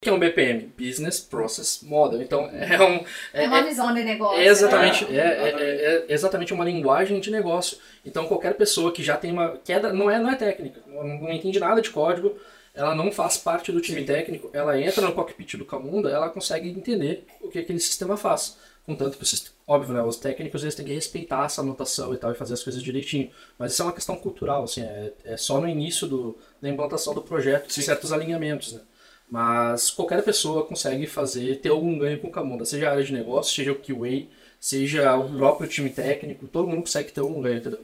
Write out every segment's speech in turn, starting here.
que é um BPM? Business Process Model. Então, é uma visão de negócio. É exatamente uma linguagem de negócio. Então, qualquer pessoa que já tem uma queda, não é técnica, não entende nada de código, ela não faz parte do time técnico, ela entra no cockpit do Camunda, ela consegue entender o que aquele sistema faz. Contanto que, óbvio, né, os técnicos eles têm que respeitar essa anotação e tal, e fazer as coisas direitinho. Mas isso é uma questão cultural, assim, é só no início da implantação do projeto, certos alinhamentos, né? Mas qualquer pessoa consegue ter algum ganho com o Camunda, seja a área de negócio, seja o QA, seja o próprio time técnico, todo mundo consegue ter algum ganho, entendeu?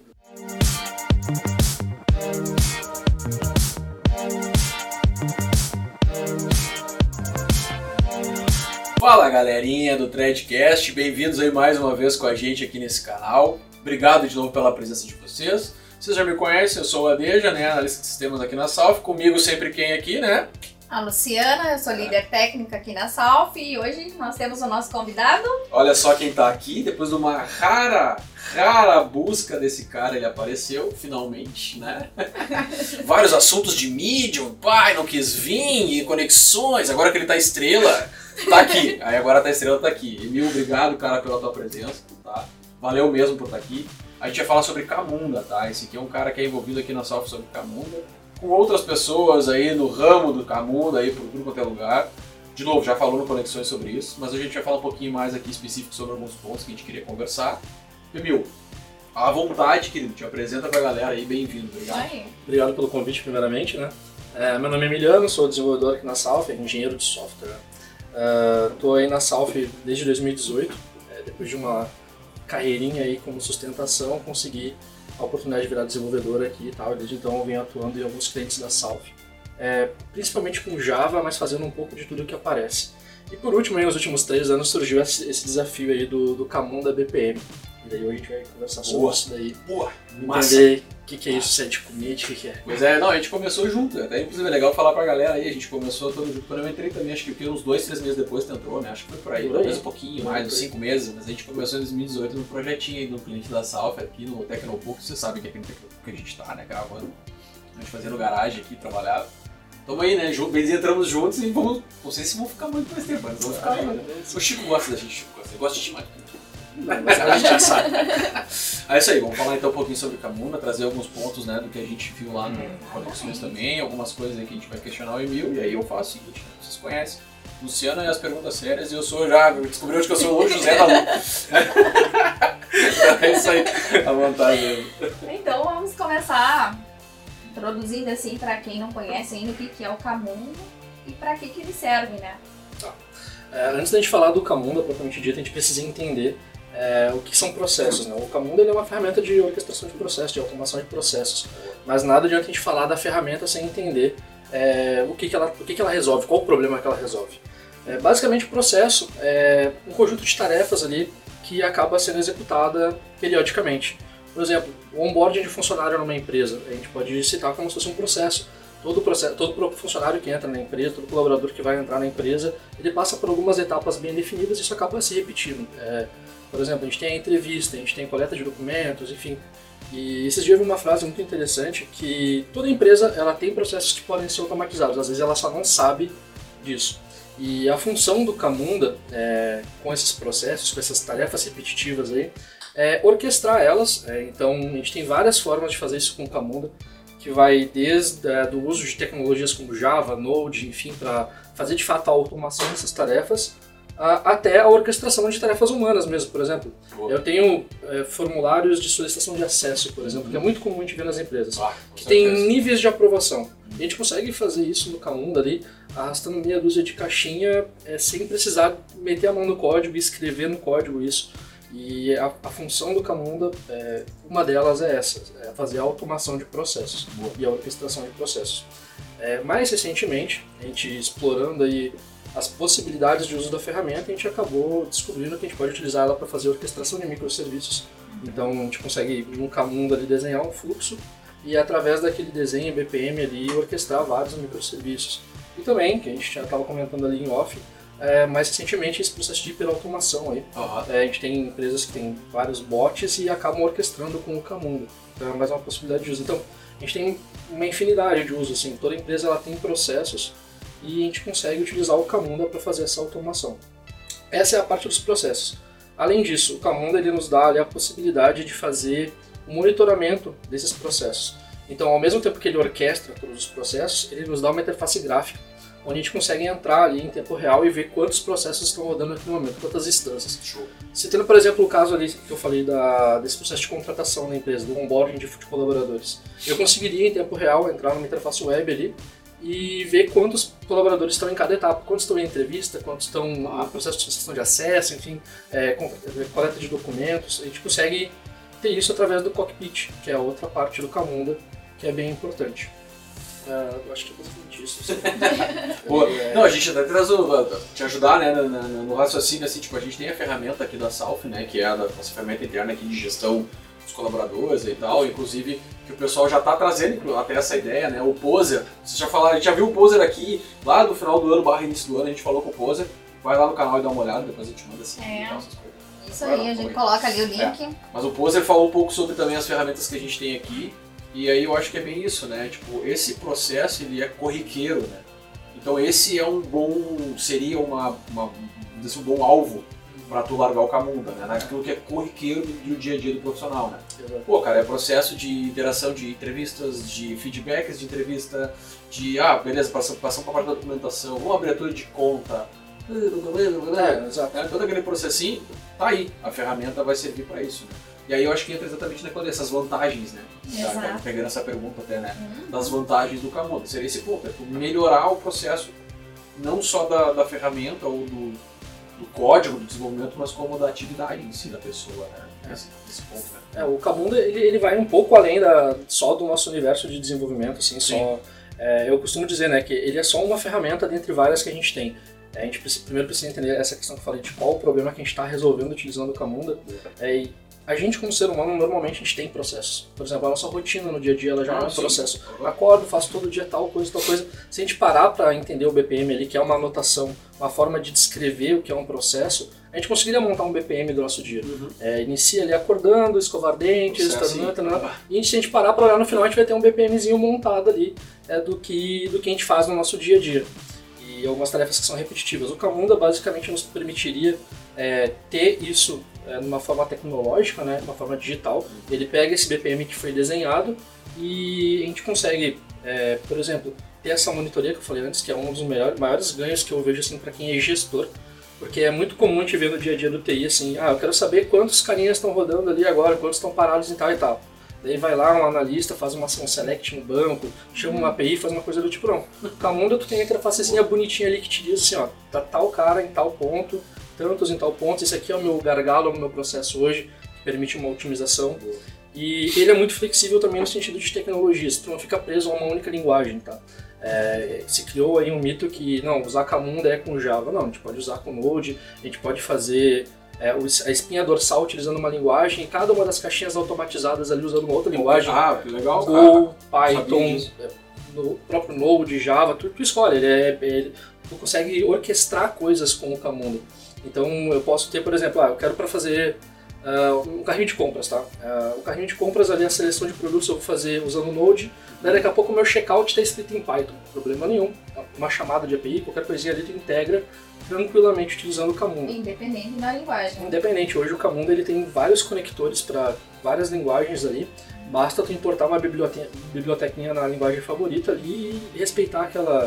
Fala galerinha do Threadcast, bem-vindos aí mais uma vez com a gente aqui nesse canal. Obrigado de novo pela presença de vocês. Vocês já me conhecem, eu sou o Adeja, né, analista de sistemas aqui na Salf. Comigo sempre quem aqui, né? A Luciana, eu sou líder técnica aqui na Salf e hoje nós temos o nosso convidado. Olha só quem tá aqui, depois de uma rara busca desse cara, ele apareceu, finalmente, né? Vários assuntos de Medium, não quis vir, e conexões, agora que ele tá estrela, tá aqui. Aí agora tá estrela, tá aqui. Emil, obrigado, cara, pela tua presença, tá? Valeu mesmo por estar aqui. A gente vai falar sobre Camunda, tá? Esse aqui é um cara que é envolvido aqui na Salf sobre Camunda, com outras pessoas aí no ramo do Camunda, aí por tudo quanto é lugar. De novo, já falou no Conexões sobre isso, mas a gente vai falar um pouquinho mais aqui específico sobre alguns pontos que a gente queria conversar. Emil, à vontade, querido, te apresenta pra galera aí, bem-vindo, obrigado. Obrigado pelo convite, primeiramente, né? Meu nome é Emiliano, sou desenvolvedor aqui na Salf, engenheiro de software. Estou aí na Salf desde 2018, depois de uma carreirinha aí como sustentação, consegui a oportunidade de virar desenvolvedor aqui e tal, e desde então eu venho atuando em alguns clientes da Salf, principalmente com Java, mas fazendo um pouco de tudo que aparece. E por último, aí, nos últimos 3 anos surgiu esse desafio aí do Camunda BPM. E daí hoje a gente vai conversar sobre isso daí. Entender o que é isso, se é de commit, o que é. Pois não, a gente começou junto, até inclusive é legal falar pra galera aí, a gente começou todo junto quando eu entrei também, acho que uns 2, 3 meses depois tu entrou, né? Acho que foi por aí, talvez um pouquinho mais, uns 5 meses, mas a gente começou em 2018 no projetinho aí do cliente da Salf aqui no Tecnobook, você sabe que é aqui no Tecnobook que a gente tá, né, gravando. A gente fazendo garagem aqui, trabalhava. Tamo aí, né? Entramos juntos e vamos. Não sei se vão ficar muito mais tempo, mas vamos ficar. O Chico gosta da gente, Chico gosta. Ele gosta de demais. Mas a gente já sabe. É isso aí, vamos falar então um pouquinho sobre Camunda, trazer alguns pontos, né, do que a gente viu lá no Conexões também, algumas coisas aí que a gente vai questionar o Emil, e aí eu faço o seguinte, né? Vocês conhecem. Luciana é as perguntas sérias e eu descobri hoje que eu sou o José da Lu. É isso aí, à vontade mesmo. Então vamos começar introduzindo assim para quem não conhece ainda o que é o Camunda e para que ele serve, né? Antes da gente falar do Camunda propriamente dito, a gente precisa entender o que são processos, né? O Camunda ele é uma ferramenta de orquestração de processos, de automação de processos, mas nada adianta a gente falar da ferramenta sem entender o que ela resolve, qual o problema que ela resolve. Basicamente o processo é um conjunto de tarefas ali que acaba sendo executada periodicamente. Por exemplo, o onboarding de funcionário numa empresa, a gente pode citar como se fosse um processo. Todo funcionário que entra na empresa, todo colaborador que vai entrar na empresa, ele passa por algumas etapas bem definidas e isso acaba se repetindo. Por exemplo, a gente tem a entrevista, a gente tem a coleta de documentos, enfim. E esses dias eu vi uma frase muito interessante que toda empresa ela tem processos que podem ser automatizados, às vezes ela só não sabe disso. E a função do Camunda, com esses processos, com essas tarefas repetitivas aí, é orquestrar elas. Então a gente tem várias formas de fazer isso com o Camunda, que vai desde o uso de tecnologias como Java, Node, enfim, para fazer de fato a automação dessas tarefas, até a orquestração de tarefas humanas mesmo. Por exemplo, eu tenho formulários de solicitação de acesso, por exemplo, que é muito comum a gente ver nas empresas, que tem níveis de aprovação. E a gente consegue fazer isso no Camunda ali, arrastando meia dúzia de caixinha, sem precisar meter a mão no código e escrever no código isso. E a função do Camunda, uma delas é essa, fazer a automação de processos e a orquestração de processos. Mais recentemente, a gente explorando aí as possibilidades de uso da ferramenta, a gente acabou descobrindo que a gente pode utilizar ela para fazer orquestração de microserviços. Então a gente consegue no Camunda ali desenhar um fluxo e através daquele desenho BPM ali orquestrar vários microserviços. E também, que a gente já estava comentando ali em off, mais recentemente esse processo de hiperautomação aí. A gente tem empresas que têm vários bots e acabam orquestrando com o Camunda. Então é mais uma possibilidade de uso. Então a gente tem uma infinidade de usos, assim. Toda empresa ela tem processos e a gente consegue utilizar o Camunda para fazer essa automação. Essa é a parte dos processos. Além disso, o Camunda ele nos dá ali a possibilidade de fazer o monitoramento desses processos. Então, ao mesmo tempo que ele orquestra todos os processos, ele nos dá uma interface gráfica, onde a gente consegue entrar ali em tempo real e ver quantos processos estão rodando naquele momento, quantas instâncias. Show. Citando, por exemplo, o caso ali que eu falei desse processo de contratação da empresa, do onboarding de colaboradores. Eu conseguiria, em tempo real, entrar numa interface web ali e ver quantos colaboradores estão em cada etapa, quantos estão em entrevista, quantos estão no processo de concessão de acesso, enfim, coleta de documentos. A gente consegue ter isso através do cockpit, que é a outra parte do Camunda, que é bem importante. Eu acho que é basicamente isso. Boa. Não, a gente até traz te ajudar, né, no raciocínio, assim, tipo, a gente tem a ferramenta aqui da Salf, né, que é a nossa ferramenta interna aqui de gestão dos colaboradores e tal, inclusive que o pessoal já está trazendo até essa ideia, né, o Poser, vocês já falaram, a gente já viu o Poser aqui, lá do final do ano, início do ano, a gente falou com o Poser, vai lá no canal e dá uma olhada, depois a gente manda assim, essas coisas. Isso aí, a gente coloca ali o link. Mas o Poser falou um pouco sobre também as ferramentas que a gente tem aqui, e aí eu acho que é bem isso, né? Tipo, esse processo ele é corriqueiro, né? Então esse é seria um bom alvo para tu largar o Camunda, né? Naquilo que é corriqueiro do dia a dia do profissional, né? Pô, cara, é processo de interação de entrevistas, de feedbacks de entrevista, de, beleza, passamos para a parte da documentação, uma abertura de conta, todo aquele processinho, tá aí, a ferramenta vai servir para isso, né? E aí eu acho que entra exatamente essas vantagens, né? Pegando essa pergunta até, né? Das vantagens do Camunda. Seria esse ponto, melhorar o processo não só da ferramenta ou do código do desenvolvimento, mas como da atividade em si da pessoa, né? Esse ponto, né? O Camunda ele vai um pouco além só do nosso universo de desenvolvimento, assim, só. Eu costumo dizer, né, que ele é só uma ferramenta dentre várias que a gente tem. A gente primeiro precisa entender essa questão que eu falei de qual o problema que a gente está resolvendo utilizando o Camunda. A gente, como ser humano, normalmente a gente tem processos. Por exemplo, a nossa rotina no dia a dia ela já é um processo. Acordo, faço todo dia tal coisa. Se a gente parar para entender o BPM ali, que é uma anotação, uma forma de descrever o que é um processo, a gente conseguiria montar um BPM do nosso dia. Inicia ali acordando, escovar dentes, e se a gente parar para olhar no final, a gente vai ter um BPMzinho montado ali do que a gente faz no nosso dia a dia. E algumas tarefas que são repetitivas. O Camunda basicamente nos permitiria ter isso numa forma tecnológica, né, uma forma digital. Ele pega esse BPM que foi desenhado e a gente consegue, por exemplo, ter essa monitoria que eu falei antes, que é um dos maiores ganhos que eu vejo assim, para quem é gestor, porque é muito comum a gente ver no dia a dia do TI assim, eu quero saber quantos carinhas estão rodando ali agora, quantos estão parados em tal e tal. Daí vai lá um analista, faz um select no banco, chama uma API, faz uma coisa do tipo, não. No Camunda tu tem a interfacezinha bonitinha ali que te diz assim, tá tal cara em tal ponto, tantos em tal ponto, esse aqui é o meu gargalo no meu processo hoje, que permite uma otimização. E ele é muito flexível também no sentido de tecnologias, tu não fica preso a uma única linguagem, tá? Se criou aí um mito que, não, usar Camunda é com Java. Não, a gente pode usar com Node, a gente pode fazer a espinha dorsal utilizando uma linguagem e cada uma das caixinhas automatizadas ali usando uma outra linguagem. Que legal, Go, Python, no próprio Node, Java, tu escolhe. Tu consegue orquestrar coisas com o Camunda. Então eu posso ter, por exemplo, eu quero para fazer um carrinho de compras, tá? O carrinho de compras ali, a seleção de produtos eu vou fazer usando o Node, daí daqui a pouco o meu checkout está escrito em Python, problema nenhum. Uma chamada de API, qualquer coisinha ali tu integra tranquilamente utilizando o Camunda. Independente da linguagem. Independente, hoje o Camunda ele tem vários conectores para várias linguagens ali, basta tu importar uma bibliotequinha na linguagem favorita ali e respeitar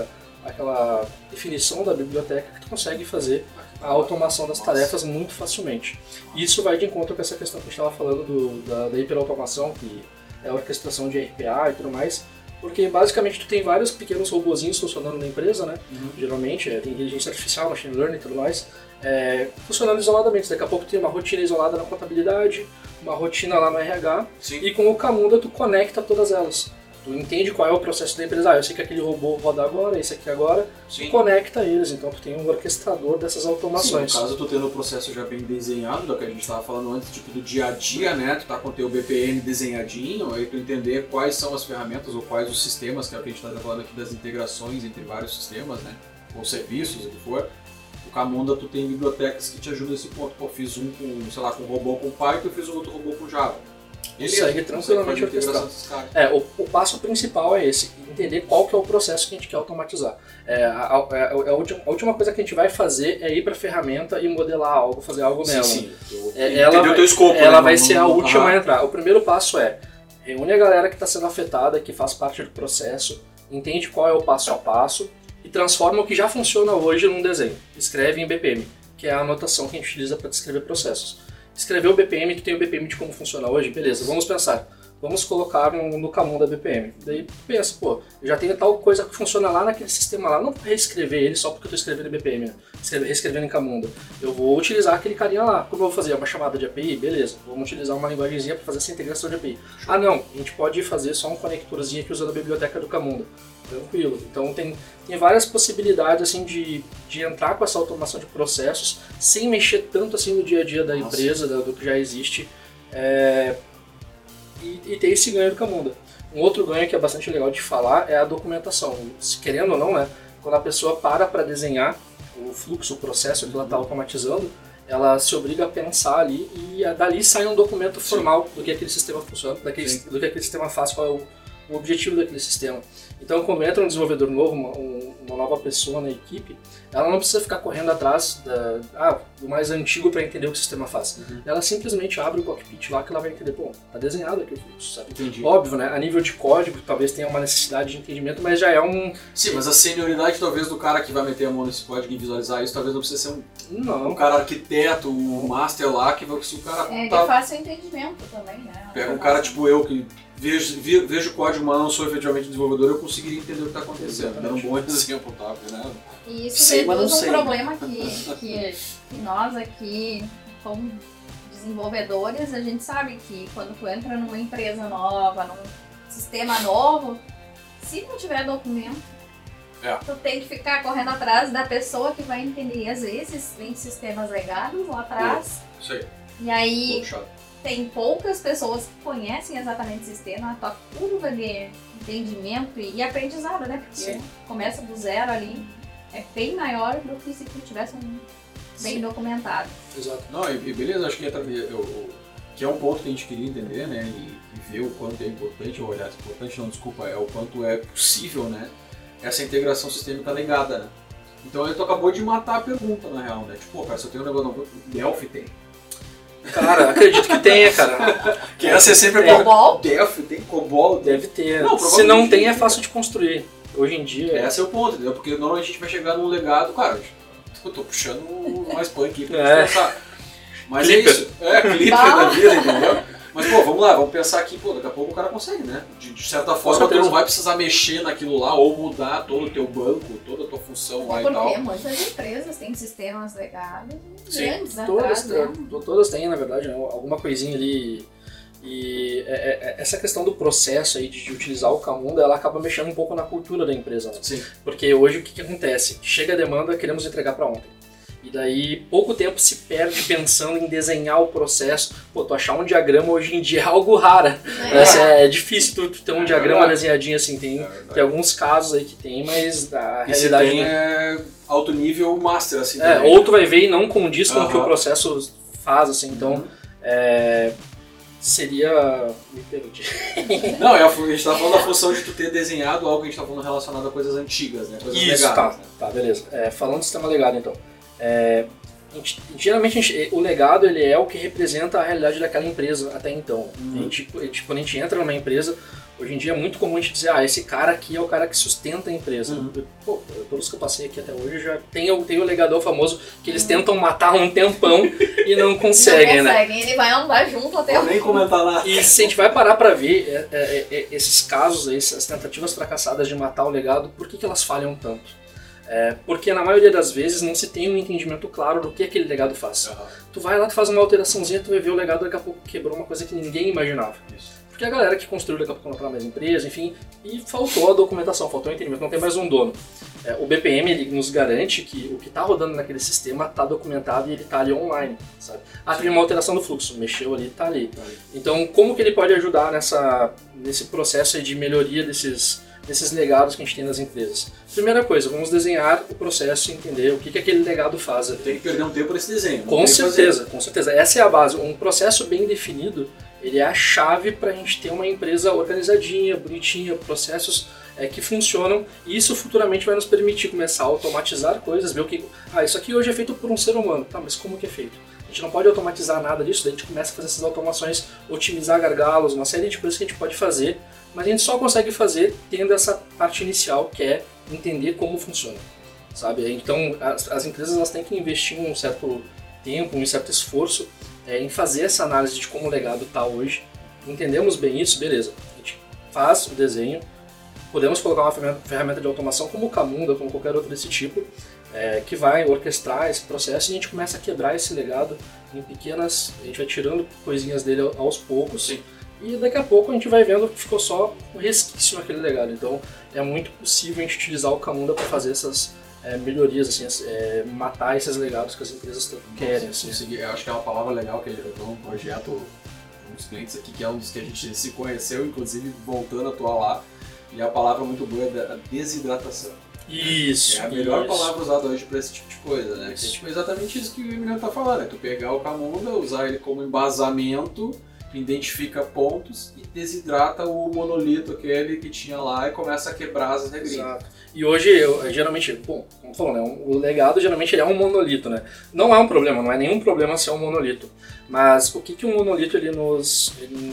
aquela definição da biblioteca que tu consegue fazer a automação das tarefas muito facilmente. Isso vai de encontro com essa questão que a gente estava falando da hiperautomação, que é a orquestração de RPA e tudo mais, porque basicamente tu tem vários pequenos robozinhos funcionando na empresa, né? Geralmente tem inteligência artificial, machine learning e tudo mais, funcionando isoladamente. Daqui a pouco tu tem uma rotina isolada na contabilidade, uma rotina lá no RH, e com o Camunda tu conecta todas elas. Tu entende qual é o processo da empresa. Eu sei que aquele robô roda agora, esse aqui agora, tu conecta eles, então tu tem um orquestrador dessas automações. No caso, tu tendo o processo já bem desenhado, do que a gente estava falando antes, tipo do dia a dia, né? Tu tá com o teu BPM desenhadinho, aí tu entender quais são as ferramentas ou quais os sistemas, que é o que a gente está falando aqui das integrações entre vários sistemas, né? Ou serviços, o que for. O Camunda, tu tem bibliotecas que te ajudam nesse ponto. Pô, fiz um com, sei lá, com robô com Python, eu fiz um outro robô com Java. consegue tranquilamente orquestrar. O passo principal é esse, entender qual que é o processo que a gente quer automatizar. A última coisa que a gente vai fazer é ir para a ferramenta e modelar algo, fazer algo nela. Sim. Ela, o teu escopo, ela vai ser a última a entrar. O primeiro passo é reúne a galera que está sendo afetada, que faz parte do processo, entende qual é o passo a passo e transforma o que já funciona hoje num desenho. Escreve em BPM, que é a anotação que a gente utiliza para descrever processos. Escreveu o BPM, tu tem o BPM de como funciona hoje, beleza, vamos pensar. Vamos colocar no Camunda BPM. Daí pensa, pô, eu já tenho tal coisa que funciona lá naquele sistema lá, não vou reescrever ele só porque eu estou escrevendo em BPM, né? Reescrevendo em Camunda. Eu vou utilizar aquele carinha lá. Como eu vou fazer uma chamada de API? Beleza, vamos utilizar uma linguagemzinha para fazer essa integração de API. Ah não, a gente pode fazer só um conectorzinho aqui usando a biblioteca do Camunda. Tranquilo. Então tem várias possibilidades assim de entrar com essa automação de processos sem mexer tanto assim no dia a dia da empresa, do que já existe. E ter esse ganho do Camunda. Um outro ganho que é bastante legal de falar é a documentação. Querendo ou não, né? Quando a pessoa para desenhar o fluxo, o processo que ela está automatizando, ela se obriga a pensar ali e dali sai um documento formal do que aquele sistema funciona, do que aquele sistema faz, qual é o objetivo daquele sistema. Então, quando entra um desenvolvedor novo, uma nova pessoa na equipe, ela não precisa ficar correndo atrás do mais antigo para entender o que o sistema faz. Ela simplesmente abre o cockpit lá que ela vai entender, pô, tá desenhado aqui o fluxo, sabe? Entendi. Óbvio, né? A nível de código, talvez tenha uma necessidade de entendimento, mas já é um... Sim, mas a senioridade talvez do cara que vai meter a mão nesse código e visualizar isso, talvez não precise ser um cara arquiteto, um master lá, que vai... Se o cara de fácil entendimento também, né? Pega um cara tipo eu, que vejo o código, mas não sou efetivamente desenvolvedor, eu conseguiria entender o que está acontecendo. Dando um bom exemplo, tá? E isso reduz um problema que nós aqui, como desenvolvedores, a gente sabe que quando tu entra numa empresa nova, num sistema novo, se não tiver documento, tu tem que ficar correndo atrás da pessoa que vai entender. E às vezes tem sistemas legados lá atrás. Isso aí. E aí tem poucas pessoas que conhecem exatamente o sistema, a tua curva de entendimento e aprendizado, né? Porque começa do zero ali, é bem maior do que se tu tivesse bem documentado. Exato. Não, e beleza, acho que que é um ponto que a gente queria entender, né? E ver o quanto é importante, ou aliás, importante não, desculpa, é o quanto é possível, né? Essa integração sistêmica legada, né? Então tu acabou de matar a pergunta, na real, né? Tipo, cara, se eu tenho um negócio novo, Delphi tem. Cara, acredito que tenha, cara. Que essa é sempre COBOL? Delphi tem, COBOL deve ter. Não, se não tem, é fácil de construir. Hoje em dia... Esse é o ponto, entendeu? Porque normalmente a gente vai chegar num legado, cara, eu tô puxando mais punk aqui pra gente pensar. Mas Clipper. É isso. Clipper da vida, entendeu? Mas, pô, vamos lá, vamos pensar aqui, pô, daqui a pouco o cara consegue, né? De certa forma, tu não vai precisar mexer naquilo lá ou mudar todo o teu banco, toda a tua função lá e tal. Porque muitas empresas têm sistemas legados grandes atrás, todas têm, na verdade, né? Alguma coisinha ali. E essa questão do processo aí de utilizar o Camunda, ela acaba mexendo um pouco na cultura da empresa, né? Sim. Porque hoje o que acontece? Chega a demanda, queremos entregar para ontem. E daí pouco tempo se perde pensando em desenhar o processo. Pô, tu achar um diagrama hoje em dia é algo raro. É difícil tu ter um diagrama desenhadinho assim. Tem alguns casos aí que tem, mas a realidade... Tem alto nível master, assim. Ou tu vai ver e não condiz com o que o processo faz, assim. Então, seria... Me perdi. Não, a gente tá falando da função de tu ter desenhado algo que a gente tá falando relacionado a coisas antigas, né? Coisas legadas. Tá, beleza. Falando do sistema legado, então. Geralmente o legado ele é o que representa a realidade daquela empresa até então. Quando a gente entra numa empresa, hoje em dia é muito comum a gente dizer, esse cara aqui é o cara que sustenta a empresa. Pô, todos que eu passei aqui até hoje já tem o legador famoso que eles tentam matar há um tempão e não conseguem, né? Ele vai andar junto até o nem comentar nada. E se a gente vai parar pra ver esses casos aí, essas tentativas fracassadas de matar o legado, por que elas falham tanto? Porque na maioria das vezes não se tem um entendimento claro do que aquele legado faz. Tu vai lá, tu faz uma alteraçãozinha, tu vai ver o legado, daqui a pouco quebrou uma coisa que ninguém imaginava. Porque a galera que construiu daqui a pouco não tá mais empresa, enfim, e faltou a documentação, faltou o entendimento, não tem mais um dono. O BPM ele nos garante que o que está rodando naquele sistema está documentado e ele está ali online, sabe? Teve uma alteração do fluxo, mexeu ali, está ali. Então, como que ele pode ajudar nesse processo aí de melhoria desses legados que a gente tem nas empresas? Primeira coisa, vamos desenhar o processo e entender o que aquele legado faz. Tem que perder um tempo nesse desenho. Com certeza. Essa é a base. Um processo bem definido, ele é a chave para a gente ter uma empresa organizadinha, bonitinha, processos que funcionam, e isso futuramente vai nos permitir começar a automatizar coisas, ver o que... isso aqui hoje é feito por um ser humano. Tá, mas como que é feito? A gente não pode automatizar nada disso, daí a gente começa a fazer essas automações, otimizar gargalos, uma série de coisas que a gente pode fazer, mas a gente só consegue fazer tendo essa parte inicial, que é entender como funciona, sabe? Então, as empresas elas têm que investir um certo tempo, um certo esforço em fazer essa análise de como o legado está hoje. Entendemos bem isso, beleza. A gente faz o desenho, podemos colocar uma ferramenta de automação como o Camunda, como qualquer outro desse tipo, que vai orquestrar esse processo, e a gente começa a quebrar esse legado em pequenas, a gente vai tirando coisinhas dele aos poucos. Sim. E daqui a pouco a gente vai vendo que ficou só um resquício naquele legado. Então é muito possível a gente utilizar o Camunda para fazer essas melhorias, assim, matar esses legados que as empresas tanto querem. Assim. Eu acho que é uma palavra legal que eu dou um projeto com uns clientes aqui, que é um dos que a gente se conheceu, inclusive voltando a atuar lá, e a palavra muito boa é da desidratação. Isso. É a melhor palavra usada hoje para esse tipo de coisa, né? Que é tipo exatamente isso que o Emiliano tá falando, é tu pegar o Camunda, usar ele como embasamento, identifica pontos e desidrata o monolito aquele que tinha lá e começa a quebrar as regrinhas. Exato. E hoje, geralmente, como falou, né, o legado geralmente ele é um monolito, né? Não é um problema, não é nenhum problema ser um monolito. Mas o que um monolito ele nos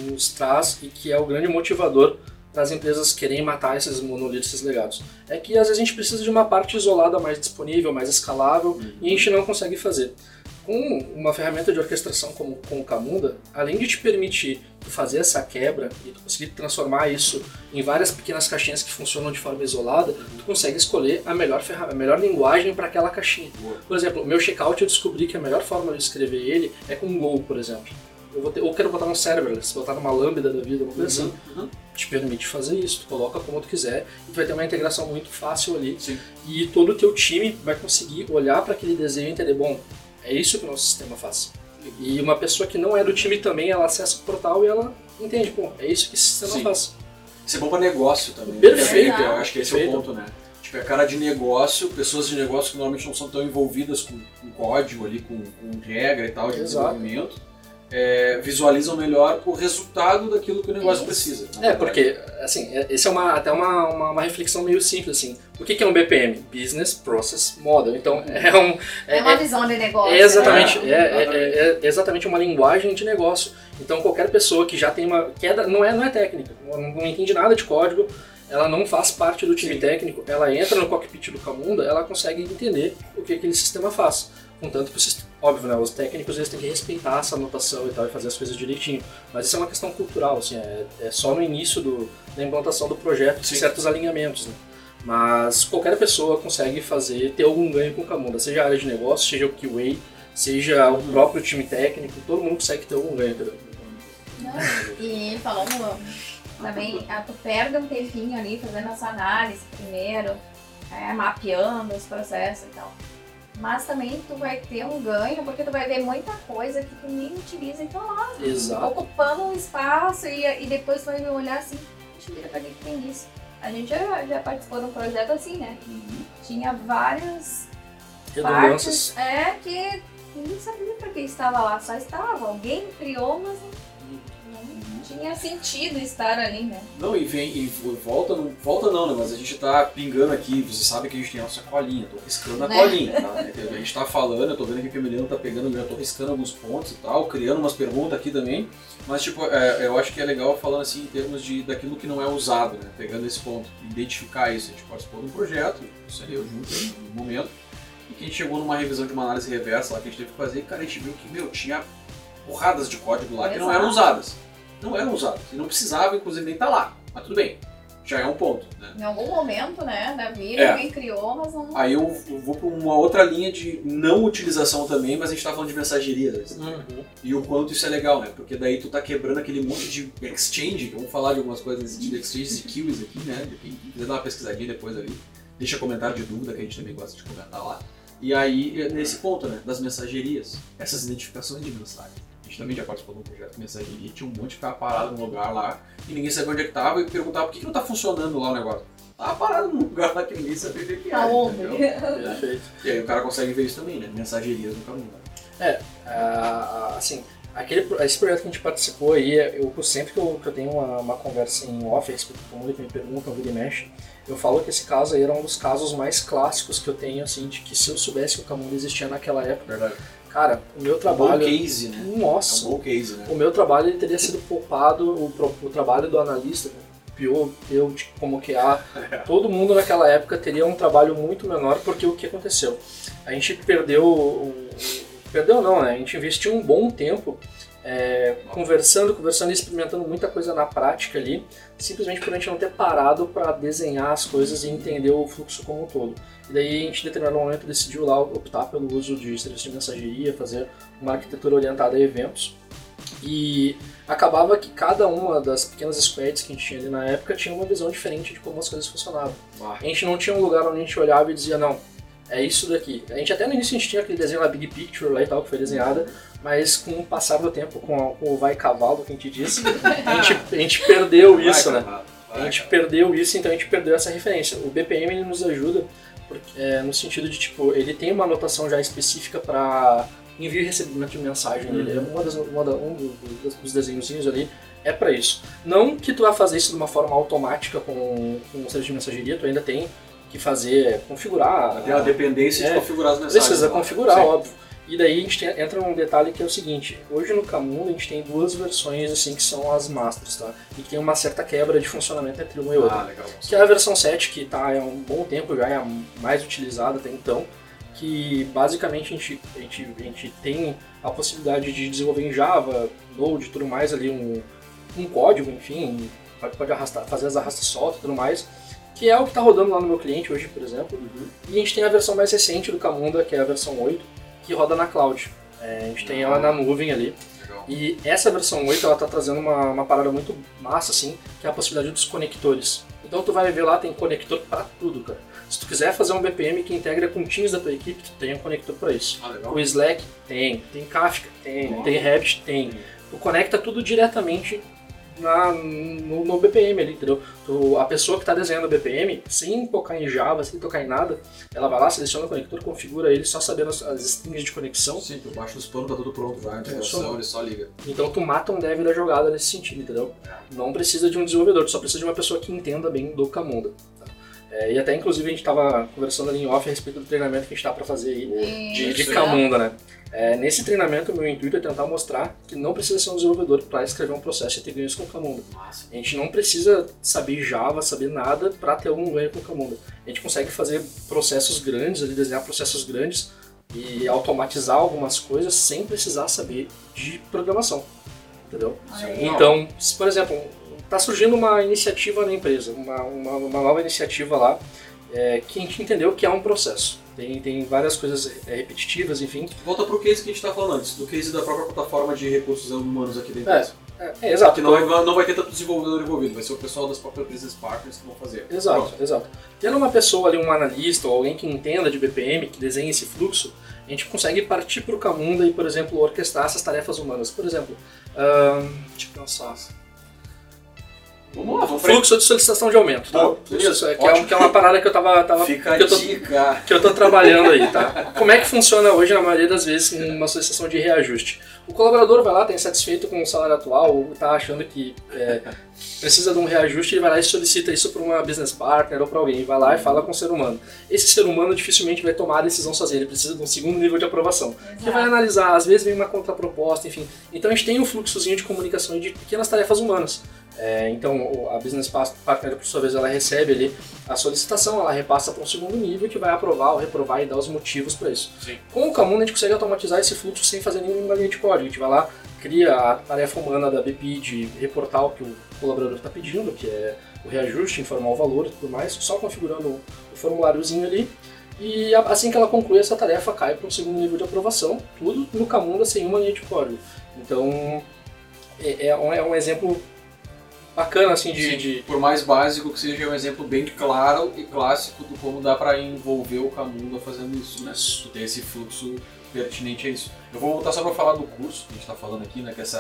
traz e que é o grande motivador para as empresas querem matar esses monolitos, esses legados? É que às vezes a gente precisa de uma parte isolada mais disponível, mais escalável, e a gente não consegue fazer. Com uma ferramenta de orquestração como o Camunda, além de te permitir fazer essa quebra e tu conseguir transformar isso em várias pequenas caixinhas que funcionam de forma isolada, tu consegue escolher a melhor linguagem para aquela caixinha. Por exemplo, o meu checkout eu descobri que a melhor forma de escrever ele é com Go, por exemplo. Eu quero botar no serverless, botar numa lambda da vida, uma coisa assim. Te permite fazer isso, tu coloca como tu quiser e tu vai ter uma integração muito fácil ali. Sim. E todo o teu time vai conseguir olhar para aquele desenho e entender, bom, é isso que o nosso sistema faz. E uma pessoa que não é do time também, ela acessa o portal e ela entende, pô, é isso que esse sistema faz. Isso é bom para negócio também. Perfeito. Eu acho que esse é o ponto, né? Tipo, é cara de negócio, pessoas de negócio que normalmente não são tão envolvidas com código ali, com regra e tal, de desenvolvimento. Visualizam melhor o resultado daquilo que o negócio precisa. Porque, assim, esse é até uma reflexão meio simples, assim. O que é um BPM? Business Process Model. Então, é uma visão de negócio. Exatamente uma linguagem de negócio. Então, qualquer pessoa que já tem não é técnica, não entende nada de código, ela não faz parte do time técnico, ela entra no cockpit do Camunda, ela consegue entender o que aquele sistema faz. Contanto que, óbvio, né, os técnicos eles têm que respeitar essa anotação e tal, e fazer as coisas direitinho. Mas isso é uma questão cultural, assim, é só no início da implantação do projeto, certos alinhamentos, né? Mas qualquer pessoa consegue ter algum ganho com o Camunda, seja a área de negócio, seja o QA, seja o próprio time técnico, todo mundo consegue ter algum ganho. E falando também, tu perde um tempinho ali fazendo essa análise primeiro, mapeando os processos e tal. Mas também tu vai ter um ganho, porque tu vai ver muita coisa que tu nem utiliza e tá lá, ocupando um espaço e depois tu vai olhar assim, pra que tem isso? A gente já participou de um projeto assim, né? Tinha várias redundâncias que ninguém sabia pra que estava lá, só estava. Alguém criou, mas não tinha sentido estar ali, né? Não, e volta não, né? Mas a gente tá pingando aqui, você sabe que a gente tem a nossa colinha, tô riscando a colinha, tá? A gente tá falando, eu tô vendo aqui que o Emiliano tá pegando, eu tô riscando alguns pontos e tal, criando umas perguntas aqui também, mas tipo, eu acho que é legal falando assim em termos daquilo que não é usado, né? Pegando esse ponto, identificar isso. A gente participou de um projeto, isso aí eu junto no momento, e que a gente chegou numa revisão de uma análise reversa lá que a gente teve que fazer, e cara, a gente viu que, tinha porradas de código lá que não eram usadas. Não eram usados, e não precisava, inclusive, nem estar lá. Mas tudo bem, já é um ponto, né? Em algum momento, né, da vida, alguém criou, mas não... Aí eu vou para uma outra linha de não utilização também, mas a gente tá falando de mensageria. E o quanto isso é legal, né? Porque daí tu tá quebrando aquele monte de exchange, vamos falar de algumas coisas de exchanges e queues aqui, né? Quem quiser dar uma pesquisadinha depois ali, deixa comentário de dúvida, que a gente também gosta de comentar lá. E aí, nesse ponto, né, das mensagerias, essas identificações de mensagem. A gente também já participou de um projeto de mensageria, tinha um monte que ficava parado no lugar lá e ninguém sabia onde é que estava e perguntava por que não está funcionando lá o negócio. Tava parado num lugar lá que ninguém sabia o que era. Aonde? Perfeito. E aí o cara consegue ver isso também, né? Mensagerias no Camunda. Assim, esse projeto que a gente participou aí, eu sempre que eu tenho uma conversa em off a respeito do Camunda, que me perguntam, vira e mexe, eu falo que esse caso aí era um dos casos mais clássicos que eu tenho, assim, de que se eu soubesse que o Camunda existia naquela época, Verdade. Cara, o meu trabalho... Um bom case, né? Nossa! É um bom case, né? O meu trabalho ele teria sido poupado, o trabalho do analista, eu como QA, todo mundo naquela época teria um trabalho muito menor, porque o que aconteceu? A gente perdeu não, né? A gente investiu um bom tempo conversando e experimentando muita coisa na prática ali, simplesmente por a gente não ter parado para desenhar as coisas e entender o fluxo como um todo. E daí a gente, em determinado momento, decidiu lá optar pelo uso de serviços de mensageria, fazer uma arquitetura orientada a eventos. E acabava que cada uma das pequenas squads que a gente tinha ali na época tinha uma visão diferente de como as coisas funcionavam. A gente não tinha um lugar onde a gente olhava e dizia, não, é isso daqui. A gente até no início a gente tinha aquele desenho lá, Big Picture lá e tal, que foi desenhada, mas com o passar do tempo, com o vai cavalo que a gente disse, a gente perdeu isso, né? A gente perdeu isso, então a gente perdeu essa referência. O BPM ele nos ajuda no sentido de, tipo, ele tem uma anotação já específica para envio e recebimento de mensagem. Ele é um dos desenhozinhos ali é para isso. Não que tu vá fazer isso de uma forma automática com o serviço de mensageria, tu ainda tem que fazer, configurar. Tem a dependência de configurar as mensagens. Precisa configurar, óbvio. E daí a gente entra num detalhe que é o seguinte, hoje no Camunda a gente tem duas versões assim que são as masters, tá? E que tem uma certa quebra de funcionamento entre uma e outra. Legal. Que é a versão 7, que tá há um bom tempo, já é a mais utilizada até então, que basicamente a gente tem a possibilidade de desenvolver em Java, Node e tudo mais ali um código, enfim, pode arrastar, fazer as arrasta-solta e tudo mais, que é o que está rodando lá no meu cliente hoje, por exemplo. E a gente tem a versão mais recente do Camunda, que é a versão 8, que roda na cloud. A gente tem ela na nuvem ali. Legal. E essa versão 8 ela tá trazendo uma parada muito massa, assim, que é a possibilidade dos conectores. Então tu vai ver lá, tem conector para tudo, cara. Se tu quiser fazer um BPM que integra com Teams da tua equipe, tu tem um conector para isso. O Slack tem Kafka, tem Rabbit, tem. Tu conecta tudo diretamente no BPM ali, entendeu? A pessoa que está desenhando o BPM, sem tocar em Java, sem tocar em nada, ela vai lá, seleciona o conector, configura ele, só sabendo as strings de conexão. Sim, por baixo dos panos tá tudo pronto já, a integração, ele só liga. Então tu mata um dev da jogada nesse sentido, entendeu? Não precisa de um desenvolvedor, tu só precisa de uma pessoa que entenda bem do Camunda. E até inclusive a gente estava conversando ali em off a respeito do treinamento que a gente está para fazer aí de Camunda, né? Nesse treinamento, o meu intuito é tentar mostrar que não precisa ser um desenvolvedor para escrever um processo e ter ganhos com o Camunda. A gente não precisa saber Java, saber nada para ter algum ganho com o Camunda. A gente consegue fazer processos grandes, desenhar processos grandes e automatizar algumas coisas sem precisar saber de programação, entendeu? Então, se, por exemplo, está surgindo uma iniciativa na empresa, uma nova iniciativa lá, que a gente entendeu que é um processo. Tem várias coisas repetitivas, enfim. Volta pro case que a gente está falando antes, do case da própria plataforma de recursos humanos aqui da empresa. Exato. Que não vai ter tanto desenvolvedor envolvido, vai ser o pessoal das próprias business partners que vão fazer. Exato. Tendo uma pessoa ali, um analista ou alguém que entenda de BPM, que desenhe esse fluxo, a gente consegue partir para o Camunda e, por exemplo, orquestrar essas tarefas humanas. Por exemplo, deixa eu pensar. Vamos lá, fluxo de solicitação de aumento, tá? Isso, que é uma parada que eu tava Fica a dica. Que eu tô trabalhando aí, tá? Como é que funciona hoje, na maioria das vezes, uma solicitação de reajuste? O colaborador vai lá, tá insatisfeito com o salário atual, ou tá achando que precisa de um reajuste, ele vai lá e solicita isso para uma business partner ou para alguém, vai lá e fala com o ser humano. Esse ser humano dificilmente vai tomar a decisão sozinho, ele precisa de um segundo nível de aprovação. Que vai analisar, às vezes vem uma contraproposta, enfim. Então a gente tem um fluxozinho de comunicação de pequenas tarefas humanas. Então a business partner, por sua vez, ela recebe ali a solicitação, ela repassa para um segundo nível que vai aprovar ou reprovar e dar os motivos para isso. Sim. Com o Camunda a gente consegue automatizar esse fluxo sem fazer nenhuma linha de código. A gente vai lá, cria a tarefa humana da BP de reportar o que o colaborador está pedindo, que é o reajuste, informar o valor e tudo mais, só configurando o formuláriozinho ali. E assim que ela conclui, essa tarefa cai para um segundo nível de aprovação, tudo no Camunda sem uma linha de código. Então é um exemplo bacana, assim, Por mais básico que seja, é um exemplo bem claro e clássico de como dá para envolver o Camunda fazendo isso, né? Tu tem esse fluxo pertinente a isso. Eu vou voltar só para falar do curso que a gente está falando aqui, né? Que essa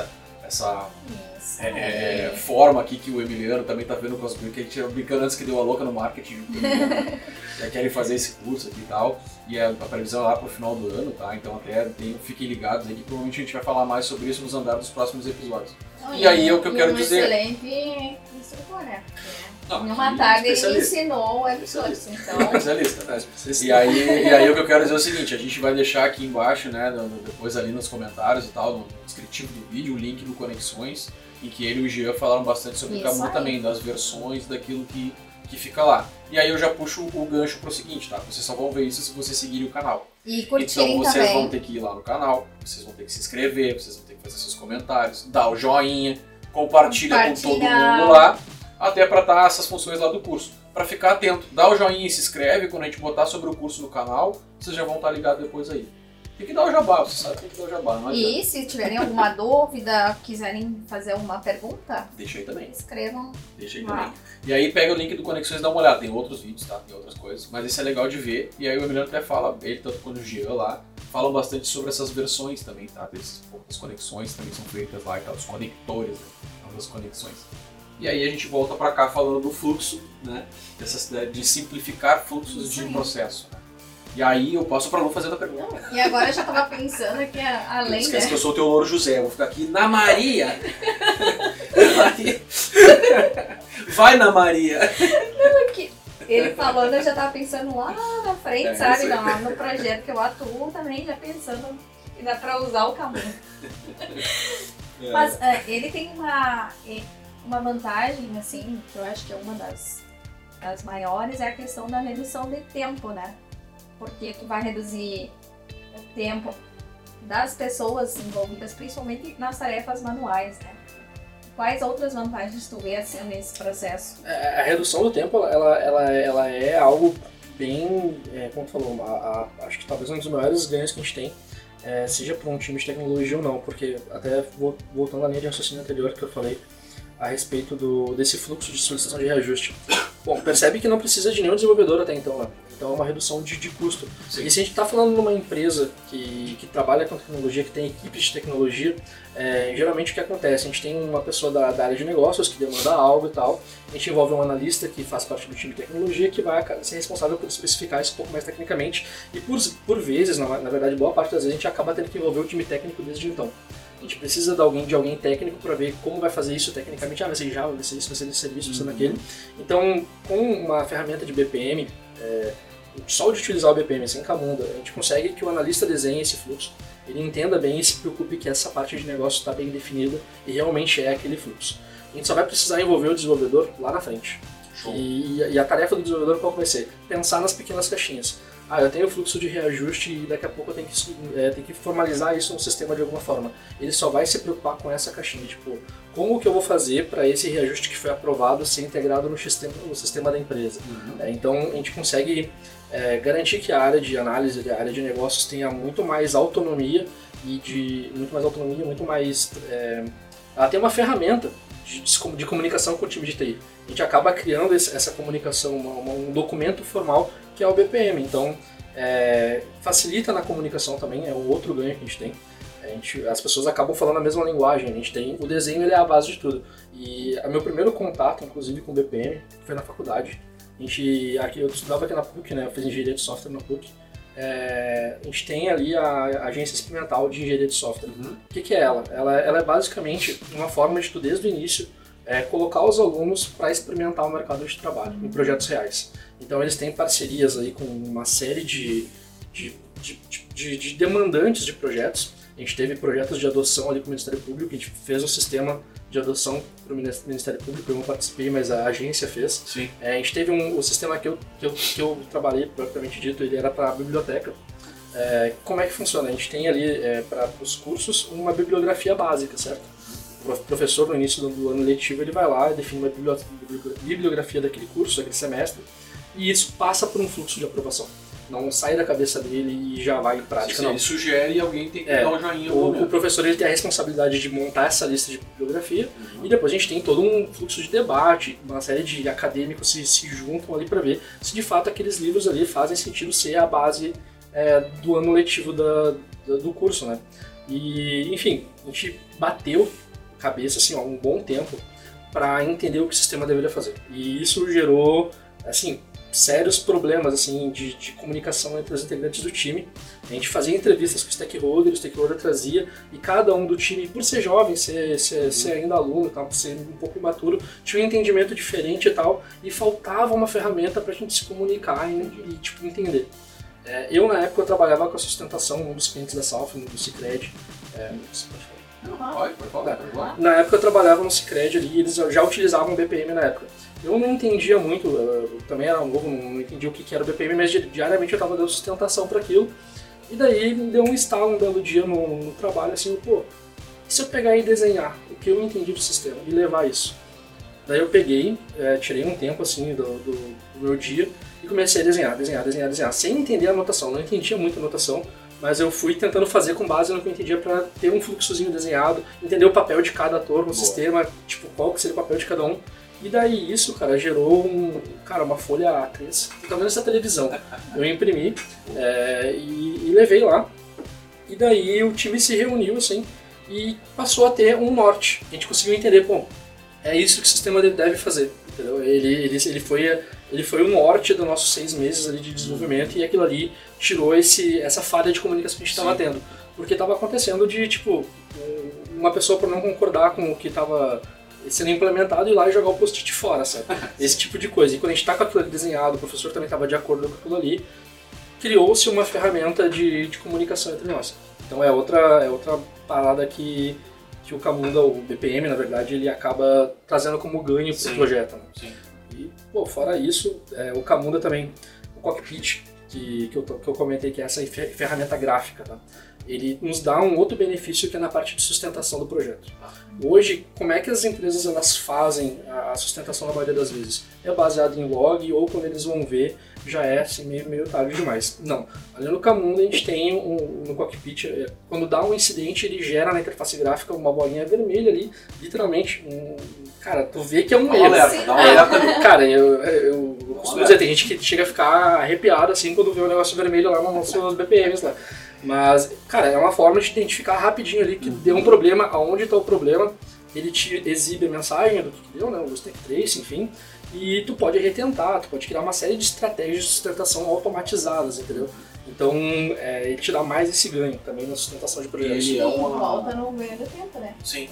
forma aqui que o Emiliano também tá vendo com as gurias, que a gente tinha brincando antes que deu a louca no marketing, já querem fazer esse curso aqui e tal, e a previsão é lá pro final do ano, tá? Então até fiquem ligados aí que provavelmente a gente vai falar mais sobre isso nos andares dos próximos episódios. E aí é o que eu quero dizer. Excelente instrutor, né? Em uma tarde ele ensinou o websource, então... Especialista. E aí o que eu quero dizer é o seguinte, a gente vai deixar aqui embaixo, né, depois ali nos comentários e tal, no descritivo do vídeo, o link do Conexões, em que ele e o Jean falaram bastante sobre o Camu também, das versões daquilo que fica lá. E aí eu já puxo o gancho pro seguinte, tá? Vocês só vão ver isso se vocês seguirem o canal. E curtirem então vocês também. Vão ter que ir lá no canal, vocês vão ter que se inscrever, vocês vão ter que fazer seus comentários, dar o joinha, compartilha com todo mundo lá, até para estar essas funções lá do curso. Para ficar atento, dá o joinha e se inscreve, quando a gente botar sobre o curso no canal, vocês já vão estar ligados depois aí. Tem que dar o jabá, você sabe que tem que dar o jabá, não adianta. E se tiverem alguma dúvida, quiserem fazer alguma pergunta, deixa aí também. Escrevam. Deixa aí também. E aí pega o link do Conexões e dá uma olhada, tem outros vídeos, tá? Tem outras coisas, mas esse é legal de ver. E aí o Emiliano até fala, ele tanto quanto o Jean lá, falam bastante sobre essas versões também, tá? As conexões também são feitas lá e tal, os conectores, né? Das conexões. E aí a gente volta pra cá falando do fluxo, né? De simplificar fluxos de processo, né? E aí eu passo pra Lu fazendo a pergunta. E agora eu já tava pensando que além... Não esquece que eu sou o teu louro José, eu vou ficar aqui na Maria. Vai na Maria. Não, que ele falando, eu já tava pensando lá na frente, sabe? No projeto que eu atuo também, já pensando que dá pra usar o Camu. Mas ele tem uma vantagem, assim, que eu acho que é uma das maiores, é a questão da redução de tempo, né? Porque tu vai reduzir o tempo das pessoas envolvidas, principalmente nas tarefas manuais, né? Quais outras vantagens tu vê assim nesse processo? A redução do tempo, ela é algo bem, como tu falou, acho que talvez um dos maiores ganhos que a gente tem, seja para um time de tecnologia ou não, porque até voltando à linha de raciocínio anterior que eu falei a respeito desse fluxo de solicitação de reajuste. Bom, percebe que não precisa de nenhum desenvolvedor até então, né? Então é uma redução de custo. Sim. E se a gente está falando numa empresa que trabalha com tecnologia, que tem equipes de tecnologia, geralmente o que acontece? A gente tem uma pessoa da área de negócios que demanda algo e tal, a gente envolve um analista que faz parte do time de tecnologia que vai ser responsável por especificar isso um pouco mais tecnicamente e por vezes, na verdade boa parte das vezes, a gente acaba tendo que envolver o time técnico desde então. A gente precisa de alguém técnico para ver como vai fazer isso tecnicamente. Vai ser Java, vai ser isso, vai ser esse serviço, vai ser naquele. Então, com uma ferramenta de BPM, só de utilizar o BPM sem Camunda, a gente consegue que o analista desenhe esse fluxo, ele entenda bem e se preocupe que essa parte de negócio está bem definida e realmente é aquele fluxo. A gente só vai precisar envolver o desenvolvedor lá na frente. E a tarefa do desenvolvedor qual vai ser? Pensar nas pequenas caixinhas. Eu tenho o fluxo de reajuste e daqui a pouco eu tenho que formalizar isso no sistema de alguma forma. Ele só vai se preocupar com essa caixinha, tipo, como que eu vou fazer para esse reajuste que foi aprovado ser integrado no sistema da empresa. Então a gente consegue garantir que a área de análise, a área de negócios tenha muito mais autonomia ela tem uma ferramenta de comunicação com o time de TI. A gente acaba criando essa comunicação, um documento formal que é o BPM. Então, facilita na comunicação também, é um outro ganho que a gente tem. As pessoas acabam falando a mesma linguagem, a gente tem o desenho, ele é a base de tudo. E o meu primeiro contato, inclusive, com o BPM foi na faculdade. Eu estudava aqui na PUC, né? Eu fiz engenharia de software na PUC. A gente tem ali a agência experimental de engenharia de software. O que é ela? Ela é basicamente uma forma de tu, desde o início, colocar os alunos para experimentar o mercado de trabalho em projetos reais. Então eles têm parcerias aí com uma série de demandantes de projetos. A gente teve projetos de adoção ali com o Ministério Público, a gente fez um sistema de adoção para o Ministério Público, eu não participei, mas a agência fez. Sim. A gente teve o sistema que eu trabalhei, propriamente dito, ele era para a biblioteca. Como é que funciona? A gente tem ali, para os cursos, uma bibliografia básica, certo? O professor, no início do ano letivo, ele vai lá e define uma bibliografia daquele curso, daquele semestre, e isso passa por um fluxo de aprovação. Não sai da cabeça dele e já vai em prática. Ele sugere e alguém tem que dar um joinha. O professor ele tem a responsabilidade de montar essa lista de bibliografia e depois a gente tem todo um fluxo de debate, uma série de acadêmicos se juntam ali para ver se de fato aqueles livros ali fazem sentido ser a base do ano letivo do curso, né? E, enfim, a gente bateu cabeça assim, um bom tempo para entender o que o sistema deveria fazer. E isso gerou, assim, sérios problemas assim, de comunicação entre os integrantes do time. A gente fazia entrevistas com o stakeholder trazia, e cada um do time, por ser jovem, ser ainda aluno, tal, por ser um pouco imaturo, tinha um entendimento diferente e tal, e faltava uma ferramenta para a gente se comunicar e tipo, entender. Eu, na época, eu trabalhava com a sustentação, um dos clientes da South, do Cicred. Pode falar. Na época eu trabalhava no Cicred ali, e eles já utilizavam o BPM na época. Eu não entendia muito, eu também era novo, não entendia o que era o BPM, mas diariamente eu estava dando sustentação para aquilo. E daí me deu um estalo um belo dia no trabalho, assim, pô, e se eu pegar e desenhar o que eu entendi do sistema e levar isso? Daí eu peguei, tirei um tempo assim do meu dia e comecei a desenhar, sem entender a anotação. Não entendia muito a anotação, mas eu fui tentando fazer com base no que eu entendia para ter um fluxozinho desenhado, entender o papel de cada ator no sistema, tipo, qual que seria o papel de cada um. E daí isso, cara, gerou uma folha A3, do tamanho dessa televisão. Eu imprimi e levei lá. E daí o time se reuniu, assim, e passou a ter um norte. A gente conseguiu entender, pô, é isso que o sistema deve fazer, entendeu? Ele foi o norte dos nossos 6 meses ali de desenvolvimento, e aquilo ali tirou essa falha de comunicação que a gente estava tendo. Porque estava acontecendo de, tipo, uma pessoa por não concordar com o que estava sendo implementado, ir lá e jogar o post-it fora, sabe? Esse tipo de coisa. E quando a gente está com aquilo ali desenhado, o professor também estava de acordo com aquilo ali, criou-se uma ferramenta de comunicação entre nós. Então é outra parada que o Camunda, o BPM, na verdade, ele acaba trazendo como ganho para o projeto. Né? Sim. E, pô, fora isso, o Camunda também, o Cockpit, que eu comentei, que é essa ferramenta gráfica, tá? Ele nos dá um outro benefício que é na parte de sustentação do projeto. Hoje, como é que as empresas elas fazem a sustentação na maioria das vezes? É baseado em log, ou quando eles vão ver, já é assim, meio tarde demais. Não. Ali no Camunda a gente tem no Cockpit, quando dá um incidente, ele gera na interface gráfica uma bolinha vermelha ali, literalmente, cara, tu vê que é um erro. Dá uma alerta. Cara, eu costumo dizer, tem gente que chega a ficar arrepiado assim quando vê o negócio vermelho lá nos seus BPMs lá. Mas, cara, é uma forma de identificar rapidinho ali que deu um problema, aonde está o problema, ele te exibe a mensagem do que deu, né, o stack trace, enfim, e tu pode retentar, tu pode criar uma série de estratégias de sustentação automatizadas, entendeu? Então, ele te dá mais esse ganho também na sustentação de projetos. Ele volta no ganho do tempo, né? Sim,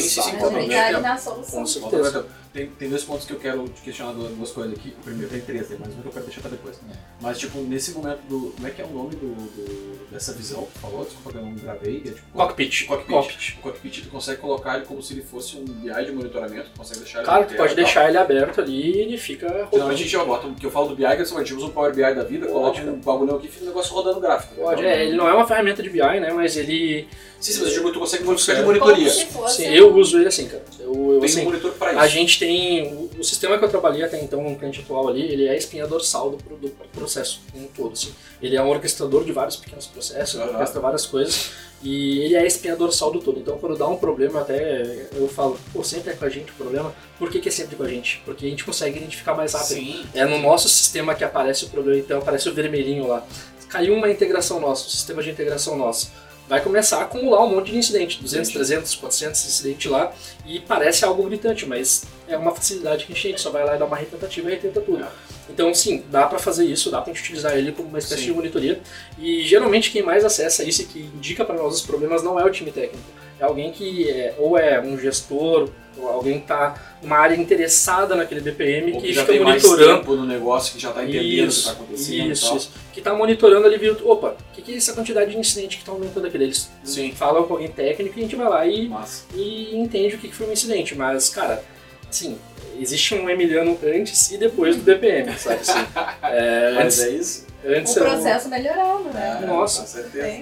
na solução. Com certeza. Tem 2 pontos que eu quero te questionar, 2 coisas aqui. O primeiro tem 3, mas um que eu quero deixar pra depois. Mas, tipo, nesse momento como é que é o nome dessa visão que tu falou? Desculpa que eu não gravei. É, tipo, Cockpit. O Cockpit, tu consegue colocar ele como se ele fosse um BI de monitoramento, tu consegue deixar ele Cara, tu pode deixar ele aberto ali e ele fica rodando. Geralmente a gente já bota, que eu falo do BI, que a gente usa um Power BI da vida, coloca um bagulhão aqui e fica o negócio rodando gráfico. Pode, ele não é uma ferramenta de BI, né, mas ele... Sim, mas eu digo que tu consegue modificar de monitoria. Sim, eu uso ele assim, cara. Tem um monitor pra isso. A gente tem... O sistema que eu trabalhei até então no cliente atual ali, ele é a espinha dorsal do processo como um todo, assim. Ele é um orquestrador de vários pequenos processos, orquestra várias coisas, e ele é a espinha dorsal do todo. Então quando dá um problema, até eu falo, pô, sempre é com a gente o problema. Por que é sempre com a gente? Porque a gente consegue identificar mais rápido. Sim. É no nosso sistema que aparece o problema, então aparece o vermelhinho lá. Caiu uma integração nossa, um sistema de integração nosso. Vai começar a acumular um monte de incidente, 200, 300, 400 incidentes lá, e parece algo gritante, mas é uma facilidade que a gente só vai lá e dá uma retentativa e retenta tudo. Então, sim, dá pra fazer isso, dá pra gente utilizar ele como uma espécie de monitoria, e geralmente quem mais acessa isso e que indica pra nós os problemas não é o time técnico, é alguém que ou é um gestor, ou alguém que tá numa área interessada naquele BPM, ou que já fica tem monitorando mais tempo no negócio, que já tá entendendo o que tá acontecendo. Isso. Que tá monitorando ali, viu, opa, o que é essa quantidade de incidente que tá aumentando aqui? Eles falam com alguém técnico e a gente vai lá e entende o que foi um incidente. Mas, cara, assim, existe um Emiliano antes e depois do BPM, sabe? Assim, mas é isso. O processo melhorando, né? Nossa, com certeza.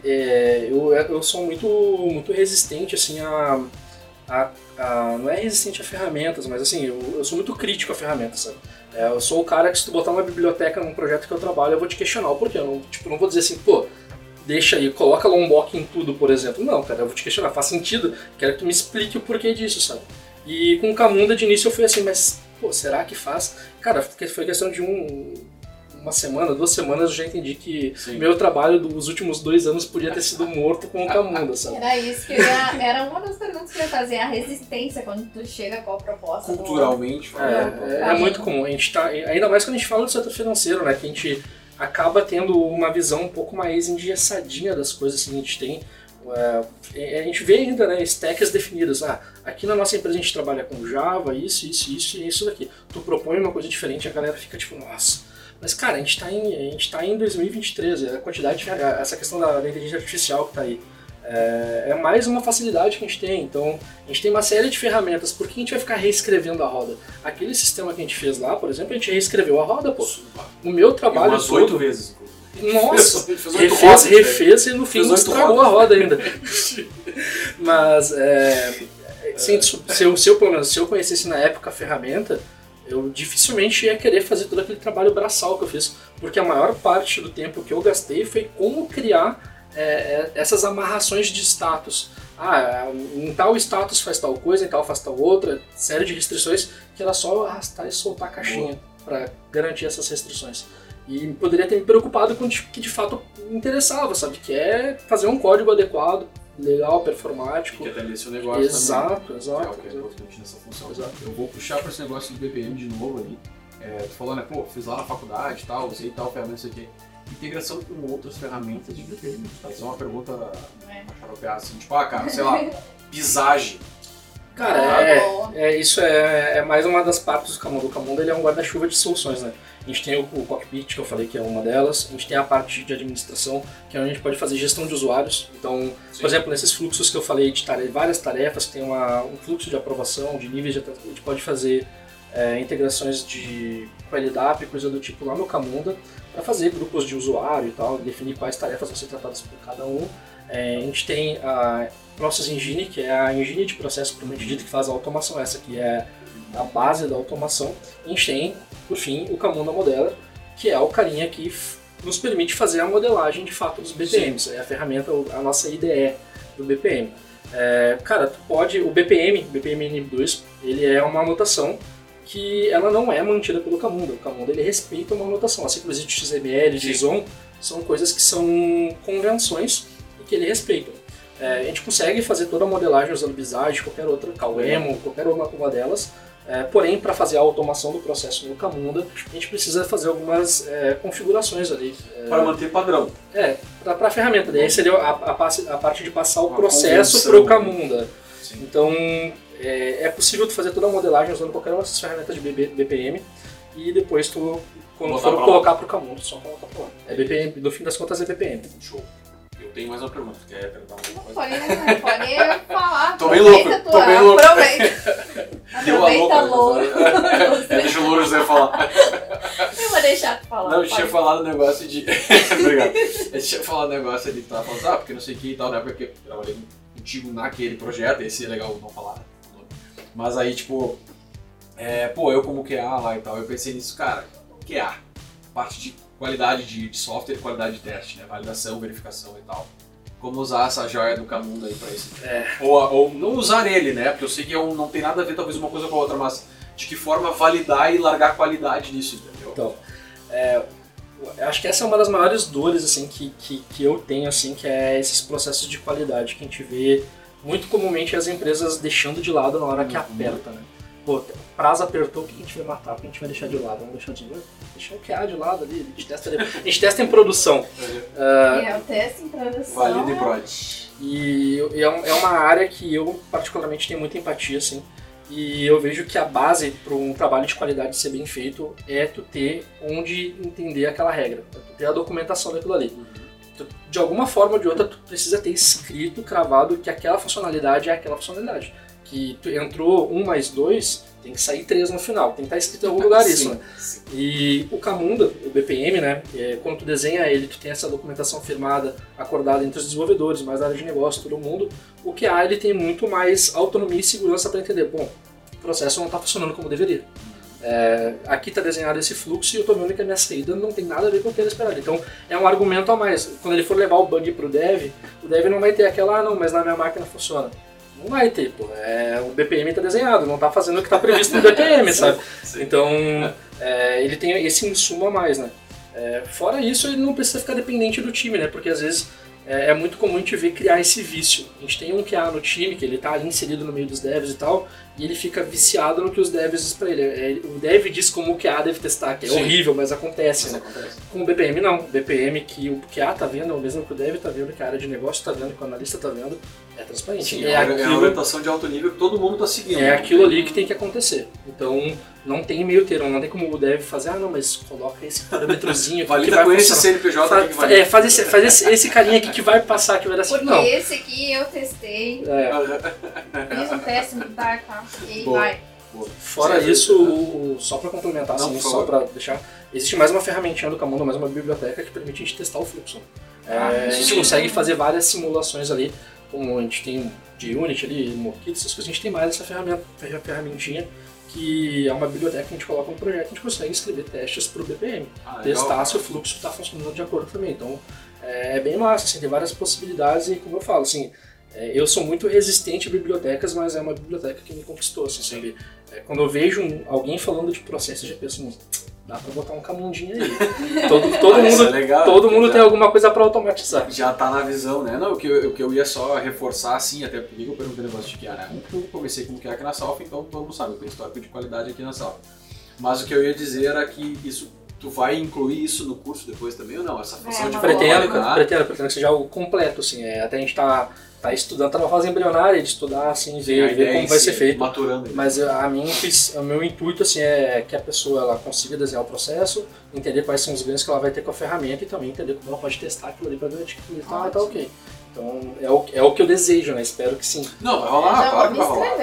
Eu sou muito resistente, assim, não é resistente a ferramentas, mas assim, eu sou muito crítico a ferramentas, sabe? Eu sou o cara que se tu botar uma biblioteca num projeto que eu trabalho, eu vou te questionar o porquê. Eu não vou dizer assim, pô, deixa aí, coloca Lombok em tudo, por exemplo. Não, cara, eu vou te questionar, faz sentido, quero que tu me explique o porquê disso, sabe? E com o Camunda de início eu fui assim, mas, pô, será que faz? Cara, foi questão de uma semana, 2 semanas, eu já entendi que meu trabalho dos últimos 2 anos podia ter sido morto com o Camunda, sabe? Era isso que era uma das perguntas que eu ia fazer, a resistência quando tu chega com a proposta. Culturalmente. É muito comum. A gente tá, ainda mais quando a gente fala do setor financeiro, né? Que a gente acaba tendo uma visão um pouco mais engessadinha das coisas que a gente tem. A gente vê ainda, né, stacks definidas. Aqui na nossa empresa a gente trabalha com Java, isso e isso daqui. Tu propõe uma coisa diferente, a galera fica tipo, nossa. Mas cara, a gente tá em 2023, a quantidade, essa questão da inteligência artificial que tá aí. É mais uma facilidade que a gente tem. Então, a gente tem uma série de ferramentas. Por que a gente vai ficar reescrevendo a roda? Aquele sistema que a gente fez lá, por exemplo, a gente reescreveu a roda, pô. No meu trabalho umas 8 vezes. Nossa, refez e no fim estragou a roda ainda. Mas, se eu conhecesse na época a ferramenta, eu dificilmente ia querer fazer todo aquele trabalho braçal que eu fiz. Porque a maior parte do tempo que eu gastei foi como criar essas amarrações de status. Em tal status faz tal coisa, em tal faz tal outra, série de restrições que era só arrastar e soltar a caixinha para garantir essas restrições. E poderia ter me preocupado com o que de fato me interessava, sabe? Que é fazer um código adequado, legal, performático. Que atender seu negócio exato, também. Exato. É o que é importante nessa função. Exato. Eu vou puxar para esse negócio do BPM de novo ali. Tu falou, né? Pô, fiz lá na faculdade e tal, usei tal ferramenta, isso aqui. Integração com outras ferramentas de BPM. Isso é uma pergunta xaropeada, assim, tipo, cara, sei lá, pisagem. Cara, isso é mais uma das partes do Camunda. O Camunda ele é um guarda-chuva de soluções, né? A gente tem o cockpit, que eu falei que é uma delas. A gente tem a parte de administração, que é onde a gente pode fazer gestão de usuários. Então, por exemplo, nesses fluxos que eu falei de várias tarefas, que tem um fluxo de aprovação, de níveis de a gente pode fazer integrações de QLDAP, coisa do tipo lá no Camunda, para fazer grupos de usuário e tal, definir quais tarefas vão ser tratadas por cada um. A gente tem a Process Engine, que é a engine de processo propriamente dito, que faz a automação, essa que é a base da automação. A gente tem, por fim, o Camunda Modeler, que é o carinha que nos permite fazer a modelagem de fato dos BPMs. É a ferramenta, a nossa IDE do BPM. Cara, tu pode, o BPM NIB2, ele é uma anotação que ela não é mantida pelo Camunda. O Camunda ele respeita uma anotação, assim como existe XML, JSON, são coisas que são convenções e que ele respeita. A gente consegue fazer toda a modelagem usando Visage, qualquer outra, Calemo, qualquer uma delas. Porém, para fazer a automação do processo no Camunda, a gente precisa fazer algumas configurações ali. Para manter padrão. Para a ferramenta. Daí seria a parte de passar o processo para o Camunda. Sim. Então, é possível tu fazer toda a modelagem usando qualquer uma dessas ferramentas de BPM e depois quando for colocar para o Camunda, só colocar para lá. BPM, no fim das contas é BPM. Show. Eu tenho mais uma pergunta. Quer perguntar uma coisa? Pode falar. Tô bem louco. Aproveita. Deu a louca. Deixa o Louro José falar. Eu vou deixar tu falar. Não, eu tinha falado um negócio de... Obrigado. Eu tinha falado um negócio ali que tava falando, porque não sei o que e tal, né? Porque eu trabalhei contigo naquele projeto, esse é legal não falar. Mas aí, tipo... eu como QA lá e tal, eu pensei nisso, cara, QA, parte de qualidade de software, qualidade de teste, né? Validação, verificação e tal. Como usar essa joia do Camunda aí pra isso? Ou não usar ele, né? Porque eu sei que não tem nada a ver talvez uma coisa com a outra, mas de que forma validar e largar qualidade nisso, entendeu? Então, eu acho que essa é uma das maiores dores assim, que eu tenho, assim, que é esses processos de qualidade que a gente vê muito comumente as empresas deixando de lado na hora que aperta, né? Pô, o prazo apertou, o que a gente vai matar? O que a gente vai deixar de lado? Vamos deixar o QA de lado ali, a gente testa em produção. O teste em produção. Valida e prod. E é uma área que eu particularmente tenho muita empatia, assim. E eu vejo que a base para um trabalho de qualidade ser bem feito é tu ter onde entender aquela regra, tu ter a documentação daquilo ali. De alguma forma ou de outra, tu precisa ter escrito, cravado que aquela funcionalidade é aquela funcionalidade. Que tu entrou 1 mais 2, tem que sair 3 no final, tem que estar escrito em algum lugar isso, né? Sim. E o Camunda, o BPM, né, quando tu desenha ele, tu tem essa documentação firmada, acordada entre os desenvolvedores, mais a área de negócio, todo mundo. O QA, ele tem muito mais autonomia e segurança para entender, bom, o processo não está funcionando como deveria. Aqui está desenhado esse fluxo e eu estou vendo que a minha saída não tem nada a ver com o que ele esperava. Então é um argumento a mais. Quando ele for levar o bug para o dev não vai ter aquela, não, mas na minha máquina funciona. Não vai ter, pô. O BPM está desenhado, não está fazendo o que está previsto no BPM, sabe? Sim. Então, ele tem esse insumo a mais, né? Fora isso, ele não precisa ficar dependente do time, né? Porque às vezes é muito comum a gente ver criar esse vício. A gente tem um QA no time, que ele tá ali inserido no meio dos devs e tal, e ele fica viciado no que os devs dizem pra ele. O dev diz como o QA deve testar, que é horrível, mas acontece, né? Com o BPM não. O BPM que o QA tá vendo é o mesmo que o dev tá vendo, que a área de negócio tá vendo, que o analista tá vendo, é transparente. Sim, é a orientação de alto nível que todo mundo tá seguindo. É aquilo ali que tem que acontecer. Então, não tem meio termo, não tem como o dev fazer, não, mas coloca esse parâmetrozinho aqui que vai com esse CNPJ que vai... faz esse carinha aqui que vai passar, que vai dar assim, porque não. Esse aqui eu testei, fiz um teste, tá, e aí vai. Fora isso, só pra complementar, assim, só pra deixar, existe mais uma ferramentinha do Camunda, mais uma biblioteca que permite a gente testar o fluxo. A gente consegue fazer várias simulações ali, como a gente tem de Unity ali, Mockit, essas coisas, a gente tem mais essa ferramentinha que é uma biblioteca que a gente coloca no projeto, a gente consegue escrever testes para o BPM, testar se o fluxo está funcionando de acordo também. Então é bem massa, assim, tem várias possibilidades e como eu falo, assim, eu sou muito resistente a bibliotecas, mas é uma biblioteca que me conquistou, assim, sabe? Quando eu vejo alguém falando de processo, eu já penso, dá pra botar um camundinho aí. Todo mundo tem alguma coisa pra automatizar. Já tá na visão, né? Não, o que eu ia só reforçar, assim, até porque eu perguntei o negócio de QA, né? Eu comecei com QA aqui na Salf, então todo mundo sabe, eu tenho histórico de qualidade aqui na Salf. Mas o que eu ia dizer era que isso, tu vai incluir isso no curso depois também ou não? Essa função de pretendo que seja algo completo, assim. Até a gente tá estudando, tá numa fase embrionária de estudar, assim, ver como vai ser feito. Maturando. Mas o meu intuito, assim, é que a pessoa ela consiga desenhar o processo, entender quais são os ganhos que ela vai ter com a ferramenta e também entender como ela pode testar aquilo ali pra ver que tá ok. Então, é o que eu desejo, né? Espero que sim. Não, vai rolar, claro que vai rolar.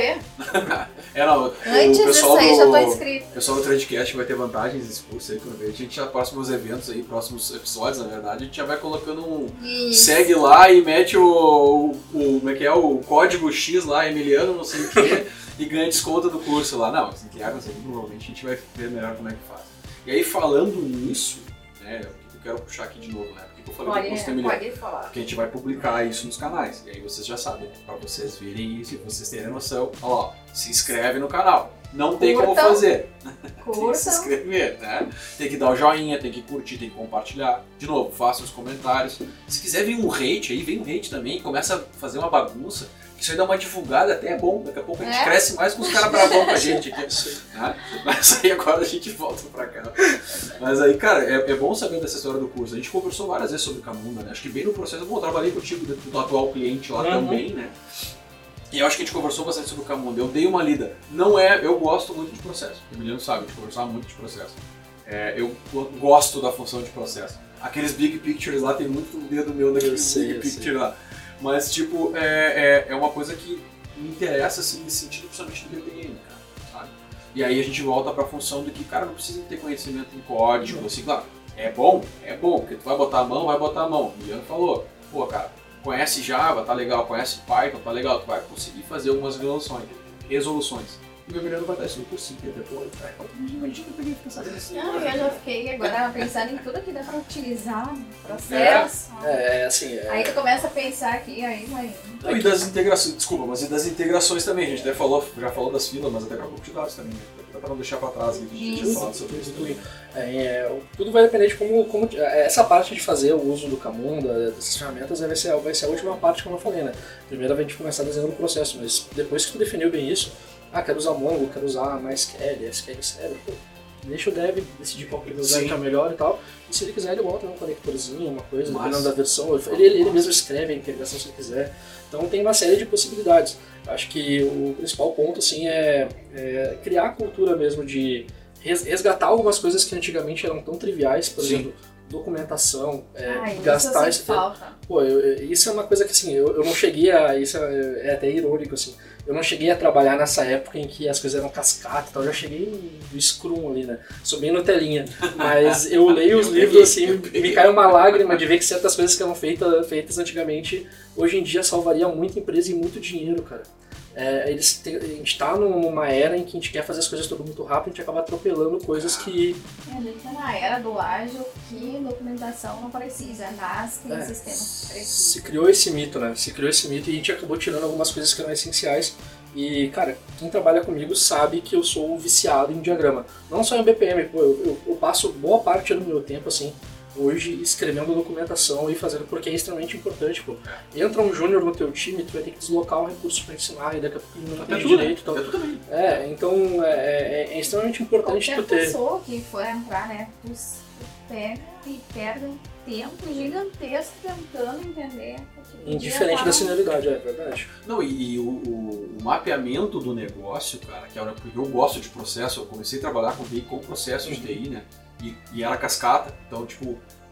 Antes disso aí, já tô inscrito. O pessoal do Tradecast vai ter vantagens nesse curso aí, quando a gente já próximos eventos aí, próximos episódios, na verdade, a gente já vai colocando segue lá e mete como é que é, o código X lá, Emiliano, não sei o que, e ganha desconto do curso lá. Não, assim, provavelmente a gente vai ver melhor como é que faz. E aí, falando nisso, né, eu quero puxar aqui de novo, né? Eu falei do curso do Emiliano, porque a gente vai publicar isso nos canais, e aí vocês já sabem, pra vocês verem isso e vocês terem noção, ó, se inscreve no canal, não tem como fazer, tem que se inscrever, né? Tem que dar o joinha, tem que curtir, tem que compartilhar, de novo, faça os comentários, se quiser vir um hate aí, vem um hate também, começa a fazer uma bagunça, isso aí dá uma divulgada, até é bom, daqui a pouco a gente cresce mais com os caras bravão com a gente aqui. Né? Mas aí agora a gente volta pra cá. Mas aí, cara, é bom saber dessa história do curso. A gente conversou várias vezes sobre Camunda, né? Acho que bem no processo, eu trabalhei contigo do atual cliente lá também, né? E eu acho que a gente conversou bastante sobre o Camunda. Eu dei uma lida. Eu gosto muito de processo. O Emiliano sabe, a gente conversava muito de processo. Eu gosto da função de processo. Aqueles big pictures lá, tem muito dedo meu naquele big picture lá. Mas, tipo, é uma coisa que me interessa, assim, nesse sentido, principalmente do BPM, cara, sabe? E aí a gente volta pra função de que, cara, não precisa ter conhecimento em código, assim, claro, é bom, porque tu vai botar a mão. O Ian falou, pô, cara, conhece Java, tá legal, conhece Python, tá legal, tu vai conseguir fazer algumas resoluções. E o meu Emiliano vai dar isso no cursinho depois, cara. Imagina que eu ficar sabendo assim. Não, eu já fiquei agora pensando em tudo que dá pra utilizar no processo. Assim... Aí tu começa a pensar aqui, aí vai... E das integrações, desculpa, mas e das integrações também, a gente até já falou das filas, mas até com a de dados também, né? Até pra não deixar pra trás, a gente tinha falado sobre isso também. Tudo vai depender de como essa parte de fazer o uso do Camunda, dessas ferramentas, vai ser a última parte, como eu falei, né? Primeiro a gente começar desenhando o processo, mas depois que tu definiu bem isso, quero usar Mongo, quero usar MySQL, SQL Server, deixa o dev decidir qual que ele vai usar melhor e tal. E se ele quiser, ele bota um conectorzinho, uma coisa, dependendo da versão. Ele mesmo escreve a integração se ele quiser. Então tem uma série de possibilidades. Eu acho que o principal ponto assim, é criar a cultura mesmo de resgatar algumas coisas que antigamente eram tão triviais, por exemplo, documentação, gastar isso falta. Pô, isso é uma coisa que assim, eu não cheguei a... Isso é até irônico, assim. Eu não cheguei a trabalhar nessa época em que as coisas eram cascata e tal, eu já cheguei no Scrum ali, né? Sou bem Nutelinha. Mas eu leio os livros assim, me cai uma lágrima de ver que certas coisas que eram feitas antigamente, hoje em dia salvaria muita empresa e muito dinheiro, cara. A gente tá numa era em que a gente quer fazer as coisas tudo muito rápido, a gente acaba atropelando coisas que... A gente tá na era do ágil que documentação não precisa, mas tem sistemas que precisam. Se criou esse mito, né? E a gente acabou tirando algumas coisas que eram essenciais E, cara, quem trabalha comigo sabe que eu sou viciado em diagrama. Não só em BPM, pô, eu passo boa parte do meu tempo, assim, hoje escrevendo documentação e fazendo, porque é extremamente importante, pô. Entra um júnior no teu time, tu vai ter que deslocar um recurso para ensinar e daqui a pouco ele não entende direito. Então, então é extremamente importante tu ter... Qualquer pessoa que for entrar, né, tu pega e perde um tempo gigantesco tentando entender. Indiferente da senioridade, é verdade. Não, e o mapeamento do negócio, cara, que era porque eu gosto de processo, eu comecei a trabalhar com TI com processo de TI, né? E era cascata, então, tipo,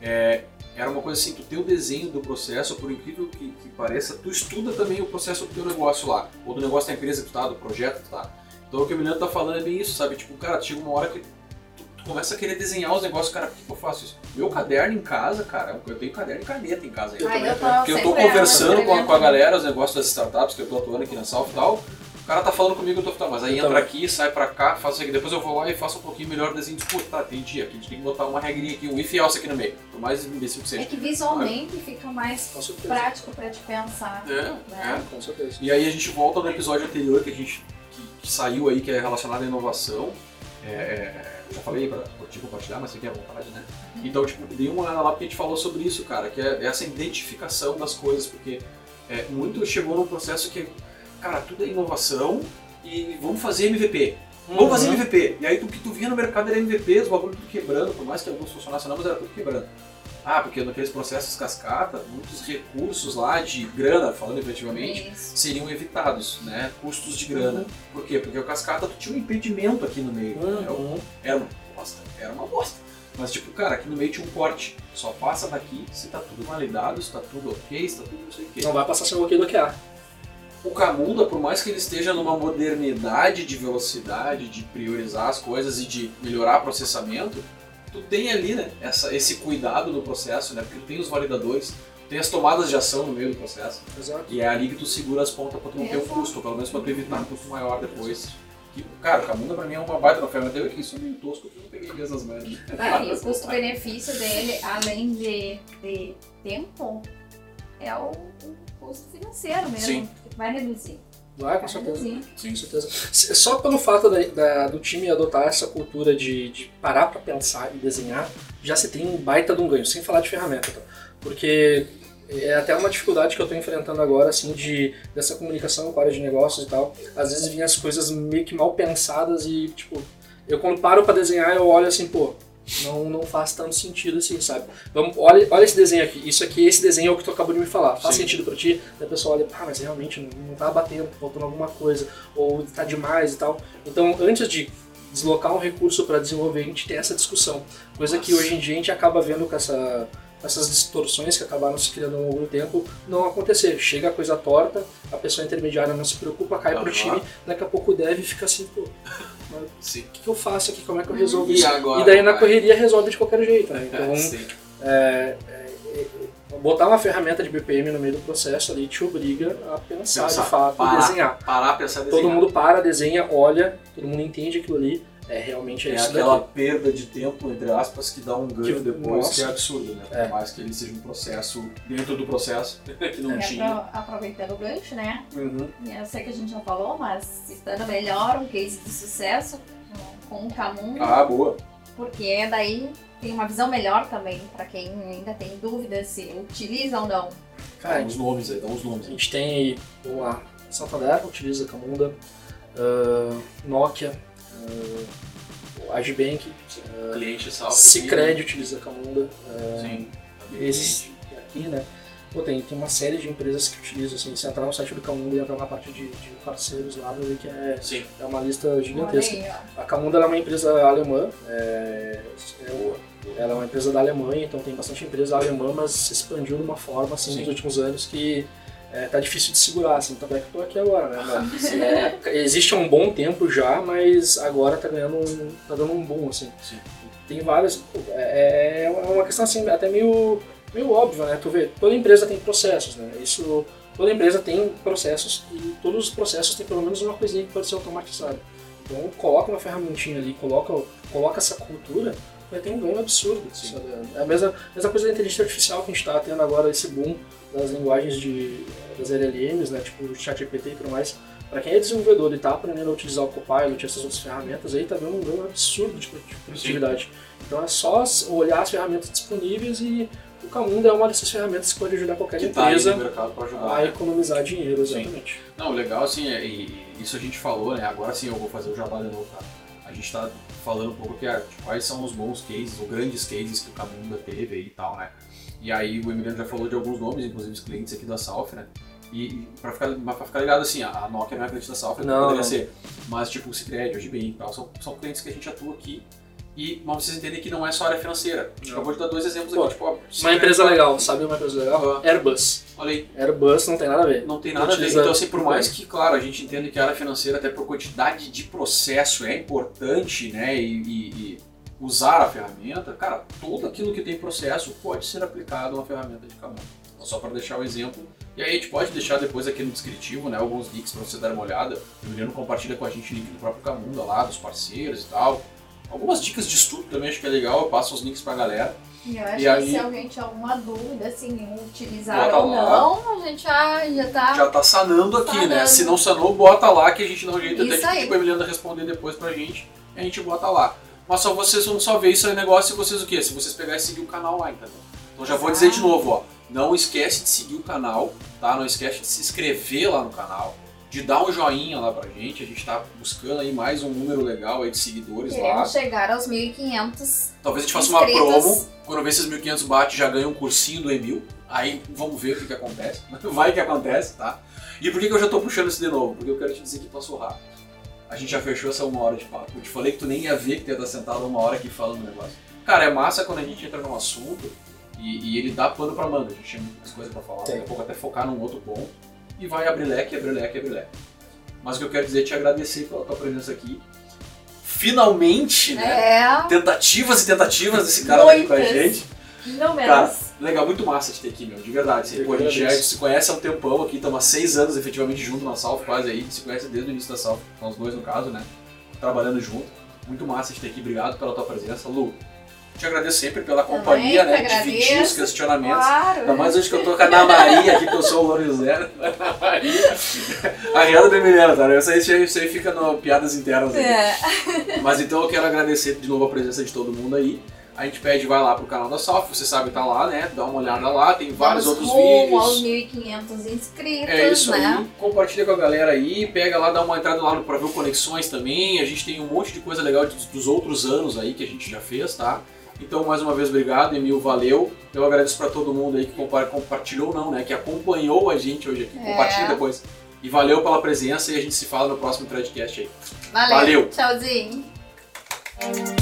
era uma coisa assim, tu tem o desenho do processo, por incrível que pareça, tu estuda também o processo do teu negócio lá, ou do negócio da empresa que tu tá, do projeto que tu tá. Então o que o Milano tá falando é bem isso, sabe? Tipo, cara, chega uma hora que tu começa a querer desenhar os negócios, cara, por que eu faço isso? Meu caderno em casa, cara, eu tenho caderno e caneta em casa. Porque eu tô conversando com a galera, os negócios das startups, que eu tô atuando aqui na South e tal. O cara tá falando comigo, eu tô falando, mas aí entra aqui, sai pra cá, faço isso aqui, depois eu vou lá e faço um pouquinho melhor o desenho. Puta, tá, entendi, aqui a gente tem que botar uma regrinha aqui, um if e else aqui no meio, por mais imbecil que seja. É que visualmente fica mais prático pra te pensar. Com certeza. E aí a gente volta no episódio anterior que saiu aí, que é relacionado à inovação. Eu já falei pra te compartilhar, mas você quer à vontade, né? Então, tipo, dei uma olhada lá porque a gente falou sobre isso, cara, que é essa identificação das coisas, porque muito chegou num processo que, cara, tudo é inovação e vamos fazer MVP. Vamos fazer MVP. E aí o que tu via no mercado era MVP, os bagulhos tudo quebrando, por mais que alguns funcionassem não, mas era tudo quebrando. Porque naqueles processos cascata, muitos recursos lá de grana, falando efetivamente, seriam evitados, né? Custos de grana. Por quê? Porque o cascata tu tinha um impedimento aqui no meio. Era uma bosta. Mas tipo, cara, aqui no meio tinha um corte. Só passa daqui se tá tudo validado, se tá tudo ok, se tá tudo não sei o quê. Não vai passar sem bloquear. O Camunda, por mais que ele esteja numa modernidade de velocidade, de priorizar as coisas e de melhorar processamento, tu tem ali, né, esse cuidado no processo, né, porque tu tem os validadores, tem as tomadas de ação no meio do processo. Exato. E é ali que tu segura as pontas pra tu não ter um custo, ou pelo menos pra tu evitar um custo maior depois. E, cara, o Camunda pra mim é uma baita da ferramenta. Eu aqui sou meio tosco, eu não peguei mesmo as merdas. E o custo-benefício dele, além de tempo, é o custo financeiro mesmo. Sim. Que vai reduzir. Vai, com certeza. Sim, com certeza. Só pelo fato do time adotar essa cultura de parar para pensar e desenhar, já se tem um baita de um ganho, sem falar de ferramenta. Tá? Porque é até uma dificuldade que eu estou enfrentando agora, assim, dessa comunicação com a área de negócios e tal. Às vezes vinha as coisas meio que mal pensadas e, tipo, eu quando paro para desenhar, eu olho assim, pô, não faz tanto sentido assim, sabe? Olha esse desenho aqui, esse desenho é o que tu acabou de me falar, faz sentido pra ti? Daí a pessoa olha, mas realmente não tá batendo, faltando alguma coisa, ou tá demais e tal. Então, antes de deslocar um recurso para desenvolver, a gente tem essa discussão, coisa que hoje em dia a gente acaba vendo com essas distorções que acabaram se criando ao longo do tempo não acontecer. Chega a coisa torta, a pessoa intermediária não se preocupa, cai pro time, daqui a pouco o dev fica assim, pô, o que eu faço aqui, como é que eu resolvo isso? Agora, e daí na correria resolve de qualquer jeito, né? Então, botar uma ferramenta de BPM no meio do processo ali te obriga a pensar de fato e desenhar. Parar, pensar, desenhar. Todo mundo para, desenha, olha, todo mundo entende aquilo ali. Realmente isso aquela daqui. perda de tempo, entre aspas, que dá um ganho depois, que é absurdo, né? Por mais que ele seja um processo dentro do processo que não tinha. Aproveitando o gancho, né? Eu sei que a gente já falou, mas citando melhor um case de sucesso com o Camunda. Boa. Porque daí tem uma visão melhor também para quem ainda tem dúvidas se utiliza ou não. Cara, dá os nomes aí, dá os nomes. A gente tem aí, vamos lá, Santander utiliza Camunda, Nokia, Agibank, cliente salvo. Sicredi utiliza Camunda. Sim. Esses aqui, né? Pô, tem uma série de empresas que utilizam, assim, se entrar no site do Camunda e entrar na parte de parceiros lá, vai ver que é uma lista gigantesca. A Camunda é uma empresa alemã, ela é uma empresa da Alemanha, então tem bastante empresa alemã, mas se expandiu de uma forma, assim, nos últimos anos que tá difícil de segurar, assim, tanto é que eu tô aqui agora, né? Existe há um bom tempo já, mas agora tá dando um boom, assim. Sim. Tem várias, é uma questão assim, até meio óbvia, né? Tu vê, toda empresa tem processos, né? Toda empresa tem processos e todos os processos têm pelo menos uma coisinha que pode ser automatizada. Então coloca uma ferramentinha ali, coloca essa cultura, vai ter um ganho absurdo. Sabe? É a mesma coisa da inteligência artificial que a gente está tendo agora, esse boom das linguagens das LLMs, né? Tipo o ChatGPT e tudo mais. Para quem é desenvolvedor e está aprendendo a utilizar o Copilot e essas outras ferramentas, aí tá vendo um ganho absurdo de produtividade. Então é só olhar as ferramentas disponíveis e o Camunda é uma dessas ferramentas que pode ajudar qualquer empresa no mercado pra ajudar, a economizar dinheiro, exatamente. Sim. Não, legal assim, isso a gente falou, né? Agora sim eu vou fazer o jabá de novo, tá? A gente tá falando um pouco aqui, quais são os bons cases, ou grandes cases que o Camunda teve aí e tal, né? E aí o Emiliano já falou de alguns nomes, inclusive os clientes aqui da Salf, né? E pra ficar ligado assim, a Nokia não é cliente da Salf, não poderia ser, mas tipo o Cicred, o GBI e tal, são clientes que a gente atua aqui. Mas vocês entendem que não é só área financeira. A gente acabou de dar 2 exemplos aqui, tipo... Uma empresa legal, sabe uma empresa legal? Airbus. Olha aí. Airbus não tem nada a ver. Não tem nada a ver. Então assim, por mais que, claro, a gente entenda que a área financeira, até por quantidade de processo, é importante, né, e usar a ferramenta, cara, tudo aquilo que tem processo pode ser aplicado a uma ferramenta de Camunda. Só para deixar o exemplo. E aí a gente pode deixar depois aqui no descritivo, né, alguns links para você dar uma olhada. O Emiliano compartilha com a gente o link do próprio Camunda lá, dos parceiros e tal. Algumas dicas de estudo também, acho que é legal, eu passo os links pra galera. E eu acho que aí, se alguém tiver alguma dúvida, assim, utilizar ou não, a gente já tá... Já tá sanando aqui, né? Se não sanou, bota lá que a gente dá um jeito até de tipo, a Emiliana responder depois pra gente, e a gente bota lá. Mas só vocês vão só ver isso aí negócio se vocês o quê? Se vocês pegarem e seguir o canal lá, entendeu? Então já vou dizer de novo, ó, não esquece de seguir o canal, tá? Não esquece de se inscrever lá no canal. De dar um joinha lá pra gente, a gente tá buscando aí mais um número legal aí de seguidores. Queremos chegar aos 1.500. Talvez a gente faça uma promo, quando ver esses 1.500 bate, já ganha um cursinho do Emil, aí vamos ver o que acontece, vai que acontece, tá? E por que eu já tô puxando isso de novo? Porque eu quero te dizer que passou rápido. A gente já fechou essa 1 hora de papo, eu te falei que tu nem ia ver que tu ia estar sentado 1 hora aqui falando o negócio. Cara, é massa quando a gente entra num assunto e ele dá pano pra manga, a gente tem muitas coisas pra falar, daqui a pouco até focar num outro ponto. E vai abrir leque. Mas o que eu quero dizer é te agradecer pela tua presença aqui. Finalmente, né? Tentativas e tentativas desse cara aqui com a gente. Não menos. Cara, legal, muito massa de ter aqui, meu, de verdade. Assim, a gente já se conhece há um tempão aqui, estamos há 6 anos efetivamente junto na Salf, quase aí. Se conhece desde o início da Salf, são os 2 no caso, né? Trabalhando junto. Muito massa de ter aqui, obrigado pela tua presença. Lu, te agradeço sempre pela companhia, né? Dividir os questionamentos. Claro. Ainda mais hoje que eu tô com a Ana Maria aqui, que eu sou o Louro Zero. Ana Maria. A riada do Emiliano, tá? Isso aí fica no piadas internas aqui. Mas então eu quero agradecer de novo a presença de todo mundo aí. A gente pede, vai lá pro canal da Salf, você sabe, tá lá, né? Dá uma olhada lá, tem vários outros vídeos. Aos 1.500 inscritos, é isso né? aí, compartilha com a galera aí, pega lá, dá uma entrada lá pra ver o Conexões também. A gente tem um monte de coisa legal dos outros anos aí que a gente já fez, tá? Então, mais uma vez, obrigado, Emil, valeu. Eu agradeço pra todo mundo aí que compartilhou, não, né? Que acompanhou a gente hoje aqui. Compartilha depois. E valeu pela presença e a gente se fala no próximo Threadcast aí. Valeu. Tchauzinho.